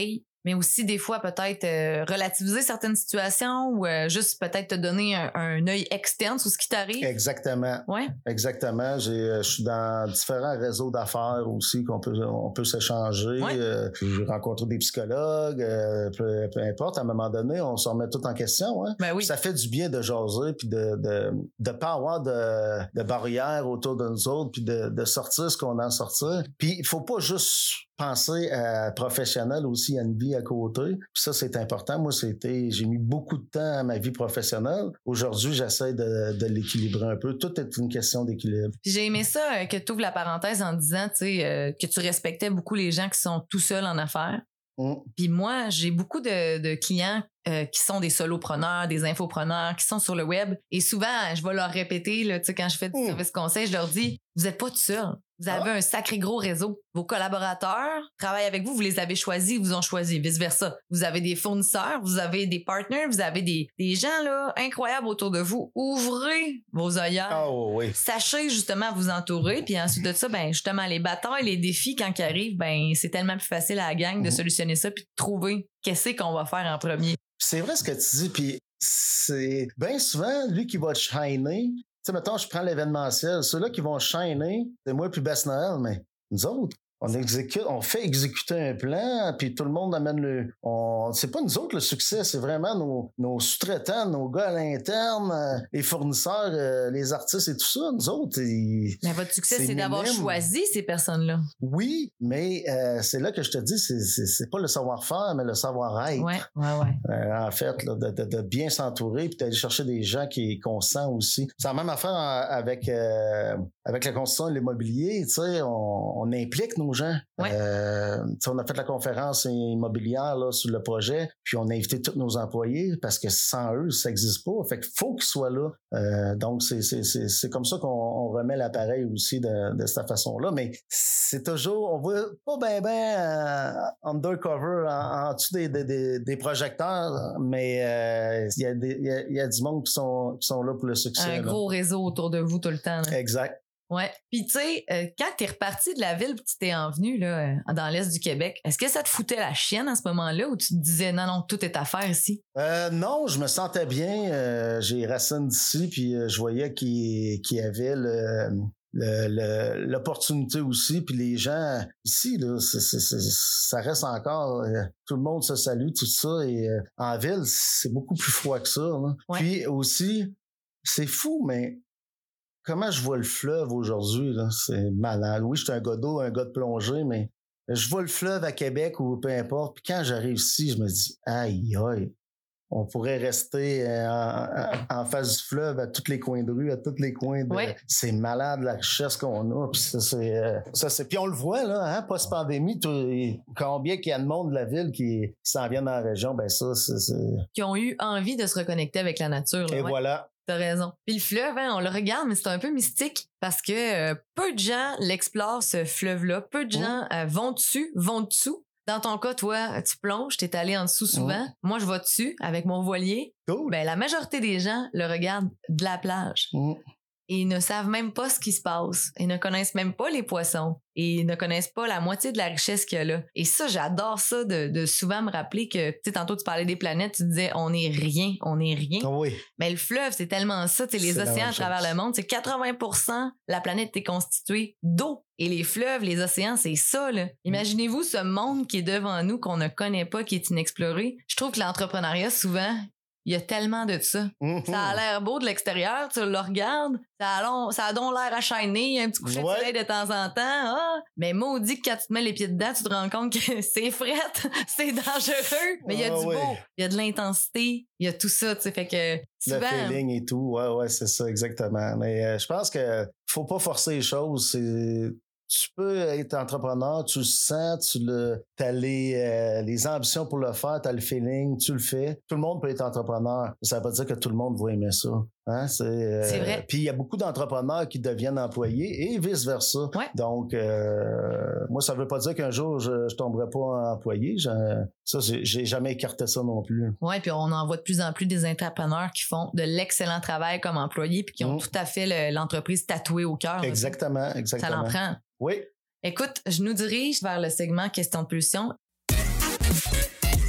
mais aussi des fois peut-être euh, relativiser certaines situations ou euh, juste peut-être te donner un, un œil externe sur ce qui t'arrive. Exactement. Ouais. Exactement. J'ai, je suis dans différents réseaux d'affaires aussi qu'on peut, on peut s'échanger. Ouais. Euh, puis j'ai rencontré des psychologues, euh, peu, peu importe. À un moment donné, on se remet tout en question. Hein. Ben oui. Ça fait du bien de jaser puis de de de pas avoir de, de barrières autour de nous autres puis de, de sortir ce qu'on a à sortir. Puis il faut pas juste penser à professionnel aussi, à une vie à côté. Puis ça, c'est important. Moi, c'était, j'ai mis beaucoup de temps à ma vie professionnelle. Aujourd'hui, j'essaie de, de l'équilibrer un peu. Tout est une question d'équilibre. Puis j'ai aimé ça euh, que tu ouvres la parenthèse en disant, tu sais, euh, que tu respectais beaucoup les gens qui sont tout seuls en affaires. Mm. Puis moi, j'ai beaucoup de, de clients euh, qui sont des solopreneurs, des infopreneurs, qui sont sur le web. Et souvent, je vais leur répéter, là, tu sais, quand je fais du Mm. service conseil, je leur dis, vous n'êtes pas tout seul. Vous avez Ah. un sacré gros réseau. Vos collaborateurs travaillent avec vous, vous les avez choisis, ils vous ont choisi, vice-versa. Vous avez des fournisseurs, vous avez des partenaires, vous avez des, des gens là incroyables autour de vous. Ouvrez vos œillères. Oh oui. Sachez justement vous entourer, puis ensuite de ça, ben justement, les batailles, les défis, quand ils arrivent, ben c'est tellement plus facile à la gang de Mm. solutionner ça puis de trouver qu'est-ce qu'on va faire en premier. C'est vrai ce que tu dis, puis c'est bien souvent lui qui va te shiner. Tu sais, mettons, je prends l'événementiel. Ceux-là qui vont shiner, c'est moi puis Bess Noël, mais nous autres, on exécute, on fait exécuter un plan, puis tout le monde amène le. On, c'est pas nous autres le succès, c'est vraiment nos, nos sous-traitants, nos gars à l'interne, euh, les fournisseurs, euh, les artistes et tout ça. Nous autres, ils, Mais votre succès, c'est c'est d'avoir minime. choisi ces personnes-là. Oui, mais euh, c'est là que je te dis, c'est, c'est, c'est pas le savoir-faire, mais le savoir-être. Ouais, ouais, ouais. Euh, en fait, là, de, de, de bien s'entourer puis d'aller chercher des gens qui qu'on sent aussi. C'est la même affaire en- avec euh, avec la construction de l'immobilier. Tu sais, on, on implique nos gens. Ouais. Euh, tu sais, on a fait la conférence immobilière là sur le projet, puis on a invité tous nos employés parce que sans eux, ça n'existe pas. Fait qu'il faut qu'ils soient là. Euh, donc c'est c'est c'est c'est comme ça qu'on on remet l'appareil aussi de de cette façon-là. Mais c'est toujours, on voit pas ben ben euh, undercover en, en dessous des, des, des, des projecteurs, mais euh, il y a des il y a, il y a du monde qui sont qui sont là pour le succès. Un là. gros réseau autour de vous tout le temps. là. Exact. Ouais. Puis tu sais, euh, quand t'es reparti de la ville puis tu t'es envenu là, euh, dans l'est du Québec, est-ce que ça te foutait la chienne à ce moment-là ou tu te disais non, non, tout est à faire ici? Euh, non, je me sentais bien. Euh, j'ai racines d'ici, puis euh, je voyais qu'il, qu'il y avait le, le, le- l'opportunité aussi. Puis les gens ici, là, c'est, c'est, c'est, ça reste encore. Euh, tout le monde se salue, tout ça. Et euh, en ville, c'est beaucoup plus froid que ça. Là. Ouais. Puis aussi, c'est fou, mais comment je vois le fleuve aujourd'hui, là, c'est malade. Oui, je suis un gars d'eau, un gars de plongée, mais je vois le fleuve à Québec ou peu importe. Puis quand j'arrive ici, je me dis, aïe, aïe, on pourrait rester euh, en, en face du fleuve à tous les coins de rue, à tous les coins de... Ouais. C'est malade la richesse qu'on a. Puis ça, c'est, euh, ça, c'est... Puis on le voit, là, hein, post-pandémie, tout- combien qu'il y a de monde de la ville qui s'en vient dans la région, ben ça, c'est... c'est... Qui ont eu envie de se reconnecter avec la nature. Là, Et ouais. voilà. T'as raison. Puis le fleuve, hein, on le regarde, mais c'est un peu mystique parce que euh, peu de gens l'explorent, ce fleuve-là. Peu de gens euh, vont dessus, vont dessous. Dans ton cas, toi, tu plonges, t'es allé en dessous souvent. Moi, je vais dessus avec mon voilier. Cool. Ben, la majorité des gens le regardent de la plage. Mm. Et ils ne savent même pas ce qui se passe. Ils ne connaissent même pas les poissons. Et ils ne connaissent pas la moitié de la richesse qu'il y a là. Et ça, j'adore ça de, de souvent me rappeler que, tu sais, tantôt tu parlais des planètes, tu disais on est rien, on est rien. Ah oui. Mais le fleuve, c'est tellement ça. Tu sais, les C'est la océans même à travers chose. le monde, c'est quatre-vingts pour cent la planète est constituée d'eau. Et les fleuves, les océans, c'est ça, là. Imaginez-vous ce monde qui est devant nous, qu'on ne connaît pas, qui est inexploré. Je trouve que l'entrepreneuriat, souvent, il y a tellement de ça. Mhm. Ça a l'air beau de l'extérieur, tu le regardes, ça a, long- ça a donc l'air à shiner, il y a un petit coucher Ouais. de soleil de temps en temps. Ah, mais maudit que quand tu te mets les pieds dedans, tu te rends compte que c'est frette, c'est dangereux, mais il y a Ah du ouais. beau, il y a de l'intensité, il y a tout ça, tu sais, fait que Le souvent... feeling et tout, ouais, ouais, c'est ça, exactement. Mais euh, je pense que faut pas forcer les choses. C'est, tu peux être entrepreneur, tu le sens, tu le, t'as les, euh, les ambitions pour le faire, t'as le feeling, tu le fais. Tout le monde peut être entrepreneur. Ça veut pas dire que tout le monde va aimer ça. Hein? C'est, euh, C'est vrai. Puis il y a beaucoup d'entrepreneurs qui deviennent employés et vice-versa. Ouais. Donc, euh, moi, ça veut pas dire qu'un jour, je, je tomberai pas employé. Je, ça, j'ai, j'ai jamais écarté ça non plus. Ouais, puis on en voit de plus en plus des entrepreneurs qui font de l'excellent travail comme employés puis qui ont Mm. tout à fait le- l'entreprise tatouée au cœur. là. Exactement, Ça exactement. l'en prend. Oui. Écoute, je nous dirige vers le segment question de pulsion.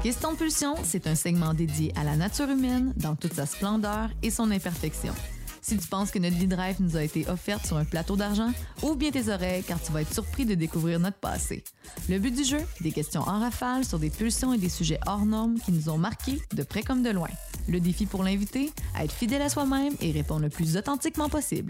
Question de pulsion, c'est un segment dédié à la nature humaine dans toute sa splendeur et son imperfection. Si tu penses que notre vie de rêve nous a été offerte sur un plateau d'argent, ouvre bien tes oreilles car tu vas être surpris de découvrir notre passé. Le but du jeu, des questions en rafale sur des pulsions et des sujets hors normes qui nous ont marqués de près comme de loin. Le défi pour l'invité, être fidèle à soi-même et répondre le plus authentiquement possible.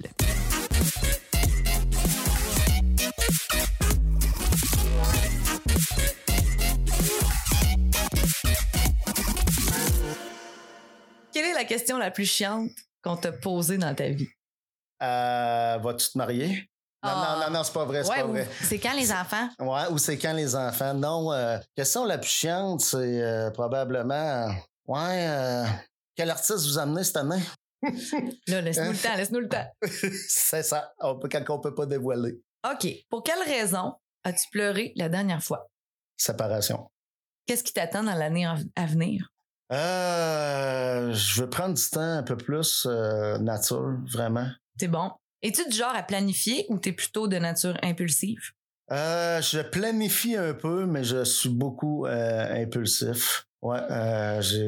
Quelle est la question la plus chiante qu'on t'a posée dans ta vie? Euh, vas-tu te marier? Non, Ah. non, non, non, c'est pas vrai, c'est Ouais, pas vrai. C'est quand les enfants? Ouais, ou c'est quand les enfants? Non, euh, question la plus chiante, c'est euh, probablement, ouais, euh, quel artiste vous amenez cette année? Là, laisse-nous le temps, laisse-nous le temps. C'est ça, on peut, quand on peut pas dévoiler. OK. Pour quelle raison as-tu pleuré la dernière fois? Séparation. Qu'est-ce qui t'attend dans l'année en- à venir? Euh, je veux prendre du temps un peu plus euh, nature, vraiment. C'est bon. Es-tu du genre à planifier ou t'es plutôt de nature impulsive? Euh, je planifie un peu, mais je suis beaucoup euh, impulsif. Ouais, euh, j'ai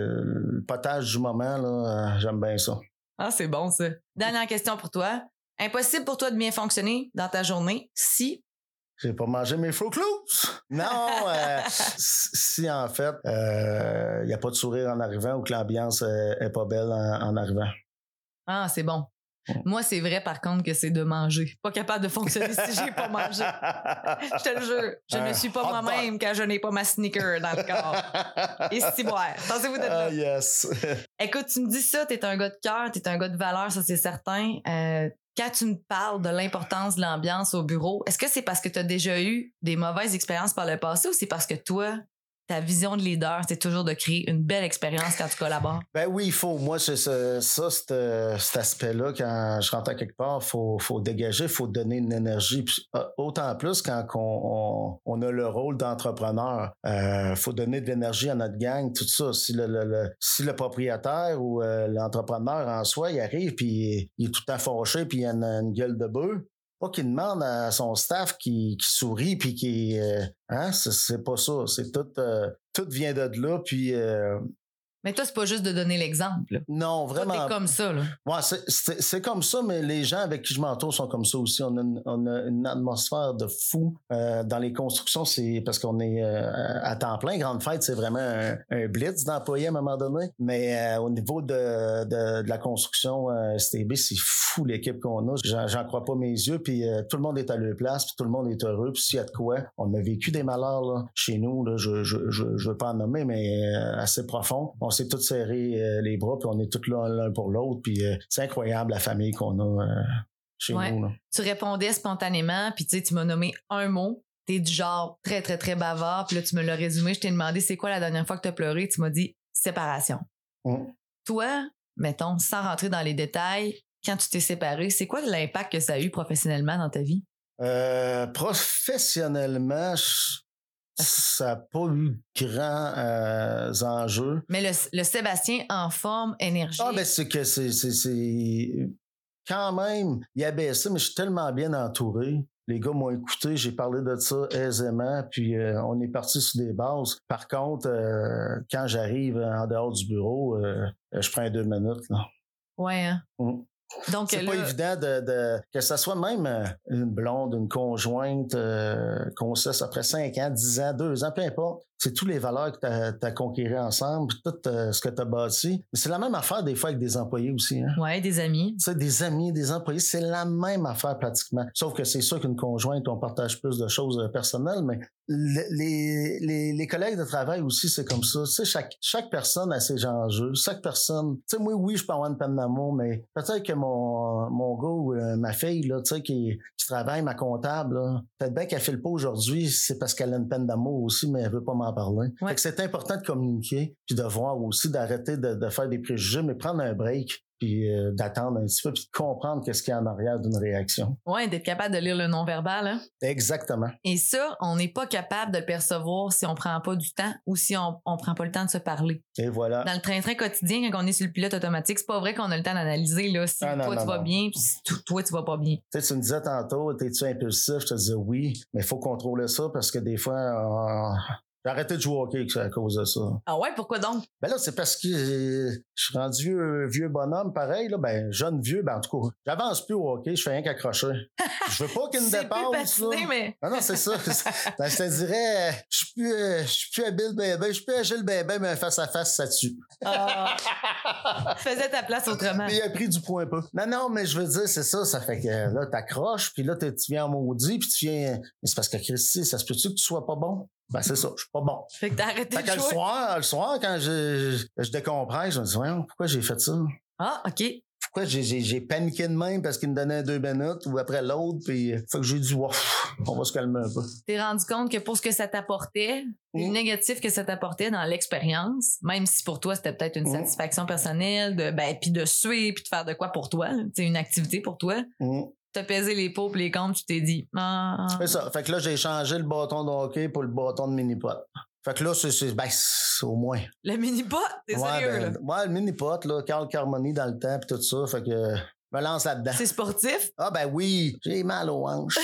le potage du moment, là, euh, j'aime bien ça. Ah, c'est bon, ça. Dernière question pour toi. Impossible pour toi de bien fonctionner dans ta journée si... J'ai pas mangé mes Fruit Loops. Non, euh, si en fait, il euh, n'y a pas de sourire en arrivant ou que l'ambiance est, est pas belle en, en arrivant. Ah, c'est bon. Moi, c'est vrai, par contre, que c'est de manger. Pas capable de fonctionner si j'ai pas mangé. Je te le jure. Je Un ne suis pas hot moi-même quand je n'ai pas ma sneaker dans le corps. Et si boire. Pensez-vous d'être là. Ah, yes. Écoute, tu me dis ça, t'es un gars de cœur, t'es un gars de valeur, ça c'est certain. Euh, quand tu me parles de l'importance de l'ambiance au bureau, est-ce que c'est parce que tu as déjà eu des mauvaises expériences par le passé ou c'est parce que toi, ta vision de leader, c'est toujours de créer une belle expérience quand tu collabores? Ben oui, il faut. Moi, c'est ça, ça cet, cet aspect-là, quand je rentre à quelque part, il faut, faut dégager, il faut donner une énergie. Puis, autant plus quand on, on, on a le rôle d'entrepreneur. Il euh, faut donner de l'énergie à notre gang, tout ça. Si le, le, le, si le propriétaire ou euh, l'entrepreneur en soi, il arrive, puis il est tout le temps fâché, puis il a une, une gueule de bœuf, pas qu'il demande à son staff qui, qui sourit puis qui euh, hein c'est, c'est pas ça, c'est tout euh, tout vient de là puis euh, mais toi, c'est pas juste de donner l'exemple. Là. Non, vraiment. Toi, t'es comme ça, là. Ouais, c'est, c'est, c'est comme ça, mais les gens avec qui je m'entoure sont comme ça aussi. On a une, on a une atmosphère de fou. Euh, dans les constructions, c'est parce qu'on est euh, à temps plein. Grande Fête, c'est vraiment un, un blitz d'employés à un moment donné. Mais euh, au niveau de, de, de la construction euh, S T B, c'est fou l'équipe qu'on a. J'en, j'en crois pas mes yeux. Puis euh, tout le monde est à leur place, puis tout le monde est heureux. Puis s'il y a de quoi, on a vécu des malheurs là, chez nous. Là, je, je, je, je veux pas en nommer, mais euh, assez profond. On s'est tous serrés euh, les bras, puis on est tous là l'un pour l'autre. Puis euh, c'est incroyable la famille qu'on a euh, chez ouais. nous. Là. Tu répondais spontanément, puis tu sais, tu m'as nommé un mot. T'es du genre très, très, très bavard. Puis là, tu me l'as résumé. Je t'ai demandé c'est quoi la dernière fois que t'as pleuré. Tu m'as dit séparation. Mm. Toi, mettons, sans rentrer dans les détails, quand tu t'es séparé, c'est quoi l'impact que ça a eu professionnellement dans ta vie? Euh, professionnellement, je... ça n'a pas eu grands euh, enjeux. Mais le, le Sébastien en forme, énergie. Ah, ben c'est que c'est, c'est, c'est... Quand même, il a baissé, mais je suis tellement bien entouré. Les gars m'ont écouté, j'ai parlé de ça aisément, puis euh, on est parti sur des bases. Par contre, euh, quand j'arrive en dehors du bureau, euh, je prends deux minutes. Là. Ouais, hein? Mm. Donc, c'est là, pas évident de, de que ça soit même une blonde, une conjointe euh, qu'on cesse après cinq ans, dix ans, deux ans, peu importe. C'est tous les valeurs que tu as conquérées ensemble, puis tout euh, ce que tu as bâti. Mais c'est la même affaire des fois avec des employés aussi. Hein? Ouais, des amis. Tu sais, des amis, des employés, c'est la même affaire pratiquement. Sauf que c'est sûr qu'une conjointe, on partage plus de choses personnelles, mais le, les, les, les collègues de travail aussi, c'est comme ça. Tu sais, chaque, chaque personne a ses enjeux. Chaque personne, tu sais, moi, oui, je peux avoir une peine d'amour, mais peut-être que mon, mon gars ou euh, ma fille, là, tu sais, qui, qui travaille, ma comptable, là, peut-être bien qu'elle fait le pas aujourd'hui, c'est parce qu'elle a une peine d'amour aussi, mais elle veut pas m'en parler. Ouais. Fait que c'est important de communiquer, puis de voir aussi, d'arrêter de, de faire des préjugés, mais prendre un break, puis euh, d'attendre un petit peu, puis de comprendre qu'est-ce qu'il y a en arrière d'une réaction. Ouais, d'être capable de lire le non-verbal. Hein? Exactement. Et ça, on n'est pas capable de le percevoir si on prend pas du temps ou si on, on prend pas le temps de se parler. Et voilà. Dans le train-train quotidien, quand on est sur le pilote automatique, c'est pas vrai qu'on a le temps d'analyser là, si ah, non, toi non, tu vas non. bien, puis si toi tu vas pas bien. Tu sais, tu me disais tantôt, t'es-tu impulsif? Je te disais oui, mais il faut contrôler ça parce que des fois, on, J'ai arrêté de jouer au hockey à cause de ça. Ah ouais, pourquoi donc? Ben là, c'est parce que je suis rendu vieux, vieux bonhomme, pareil, là, ben, jeune vieux, ben, en tout cas, j'avance plus au hockey, je fais rien qu'accrocher. Je veux pas qu'il me dépasse, là. Mais... Non, non, c'est ça. Ben, je te dirais, je suis plus, je suis plus habile bébé, je suis plus agile bébé, mais face à face, ça tue. Ah. Faisais ta place autrement. Mais il a pris du point peu. Non, non, mais je veux dire, c'est ça, ça fait que là, t'accroches, puis là, tu viens en maudit, puis tu viens, mais c'est parce que Christy, ça se peut-tu que tu sois pas bon? Ben, c'est ça, je suis pas bon. Fait que t'as arrêté fait de que jouer. le soir, le soir, quand je, je, je décomprends, je me dis, ouais, pourquoi j'ai fait ça? Ah, OK. Pourquoi j'ai, j'ai, j'ai paniqué de même parce qu'il me donnait deux minutes ou après l'autre, puis fait que j'ai dit, wow, on va se calmer un peu. T'es rendu compte que pour ce que ça t'apportait, mmh. le négatif que ça t'apportait dans l'expérience, même si pour toi, c'était peut-être une mmh. satisfaction personnelle, de, ben, puis de suer, puis de faire de quoi pour toi, c'est une activité pour toi. Mmh. T'as pesé les pots pis les comptes, tu t'es dit, ah. C'est ça. Fait que là, j'ai changé le bâton de hockey pour le bâton de mini-pot. Fait que là, c'est, c'est, ben, c'est au moins. Le mini-pot? T'es ouais, sérieux, ben, là? Ouais, le mini-pot, là, Carl Carmoni dans le temps pis tout ça. Fait que, je me lance là-dedans. C'est sportif? Ah, ben oui, j'ai mal aux hanches.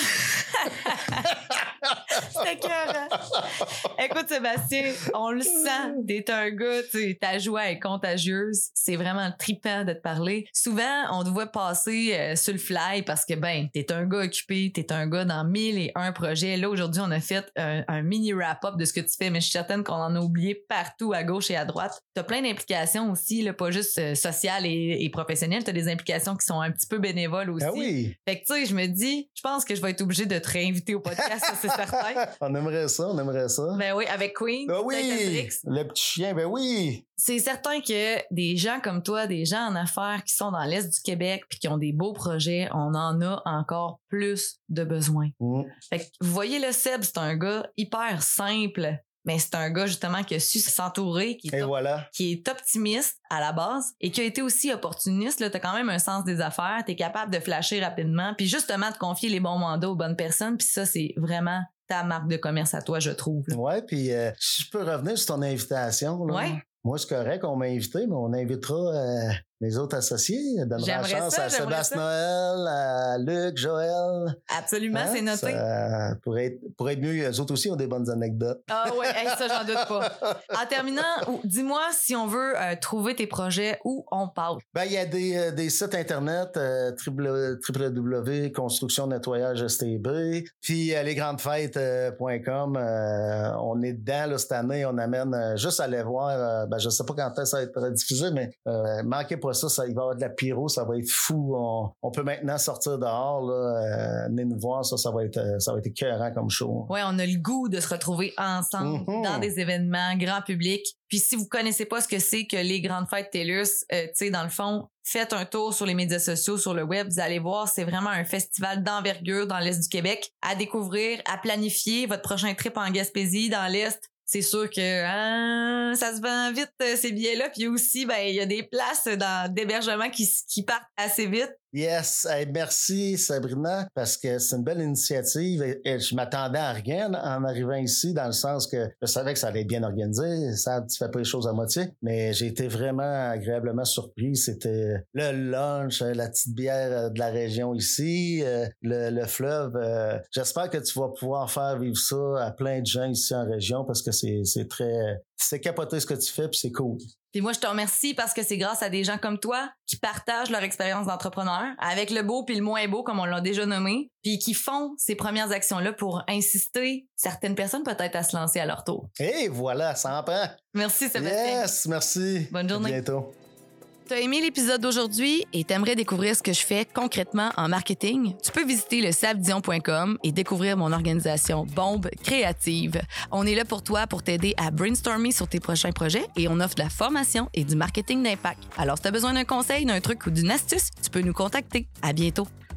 C'était écœurant. Écoute, Sébastien, on le sent. T'es un gars, tu ta joie est contagieuse. C'est vraiment trippant de te parler. Souvent, on te voit passer euh, sur le fly parce que, ben, t'es un gars occupé, t'es un gars dans mille et un projets. Là, aujourd'hui, on a fait un, un mini wrap-up de ce que tu fais, mais je suis certaine qu'on en a oublié partout à gauche et à droite. T'as plein d'implications aussi, là, pas juste euh, sociales et, et professionnelles. T'as des implications qui sont un petit peu bénévoles aussi. Ah oui. Fait que, tu sais, je me dis, je pense que je vais être obligée de te réinviter au podcast, ça, c'est certain. On aimerait ça, on aimerait ça. Ben oui, avec Queen. Ah oui, le petit chien, ben oui. C'est certain que des gens comme toi, des gens en affaires qui sont dans l'Est du Québec puis qui ont des beaux projets, on en a encore plus de besoin. Mm. Fait que vous voyez le Seb, c'est un gars hyper simple, mais c'est un gars justement qui a su s'entourer, qui est, et op- voilà. qui est optimiste à la base et qui a été aussi opportuniste. Là, t'as quand même un sens des affaires, t'es capable de flasher rapidement puis justement de confier les bons mandats aux bonnes personnes puis ça, c'est vraiment ta marque de commerce à toi, je trouve. Là. Ouais, puis euh, si je peux revenir sur ton invitation, là. Ouais. Moi, c'est correct, on m'a invité, mais on invitera euh, mes autres associés. Donnera j'aimerais la chance ça, à Sébastien Noël, à Luc, Joël. Absolument, hein? C'est noté. Ça pourrait être, pourrait être mieux. Eux autres aussi ont des bonnes anecdotes. Ah ouais, hey, ça, j'en doute pas. En terminant, dis-moi si on veut euh, trouver tes projets, où on parle. Ben, il y a des, euh, des sites Internet, euh, w w w point construction nettoyage s t b, puis euh, les grandes fêtes point com. Euh, on est dedans là, cette année. On amène euh, juste à aller voir. Euh, ben, je sais pas quand ça va être diffusé, mais euh, manquez pas ça, ça. Il va y avoir de la pyro, ça va être fou. On, on peut maintenant sortir dehors, là. Euh, venez nous voir, ça, ça va être, ça va être écœurant comme show. Ouais, on a le goût de se retrouver ensemble mm-hmm. dans des événements grand public. Puis si vous connaissez pas ce que c'est que les grandes fêtes TELUS, euh, tu sais, dans le fond, faites un tour sur les médias sociaux, sur le web, vous allez voir, c'est vraiment un festival d'envergure dans l'Est du Québec à découvrir, à planifier votre prochain trip en Gaspésie, dans l'Est. C'est sûr que hein, ça se vend vite, ces billets-là. Puis aussi, ben il y a des places dans d'hébergement qui, qui partent assez vite. Yes, hey, merci Sabrina, parce que c'est une belle initiative et, et je m'attendais à rien en arrivant ici, dans le sens que je savais que ça allait être bien organisé, ça tu fais pas les choses à moitié, mais j'ai été vraiment agréablement surpris. C'était le lunch, la petite bière de la région ici, le, le fleuve. Euh, j'espère que tu vas pouvoir faire vivre ça à plein de gens ici en région, parce que c'est, c'est très... c'est capoté ce que tu fais, puis c'est cool. Puis moi, je te remercie parce que c'est grâce à des gens comme toi qui partagent leur expérience d'entrepreneur avec le beau puis le moins beau, comme on l'a déjà nommé, puis qui font ces premières actions-là pour insister certaines personnes peut-être à se lancer à leur tour. Et voilà, ça en prend. Merci, Sébastien. Yes, merci. Bonne journée. À bientôt. T'as aimé l'épisode d'aujourd'hui et t'aimerais découvrir ce que je fais concrètement en marketing? Tu peux visiter le sabdion point com et découvrir mon organisation Bombe Créative. On est là pour toi pour t'aider à brainstormer sur tes prochains projets et on offre de la formation et du marketing d'impact. Alors, si t'as besoin d'un conseil, d'un truc ou d'une astuce, tu peux nous contacter. À bientôt.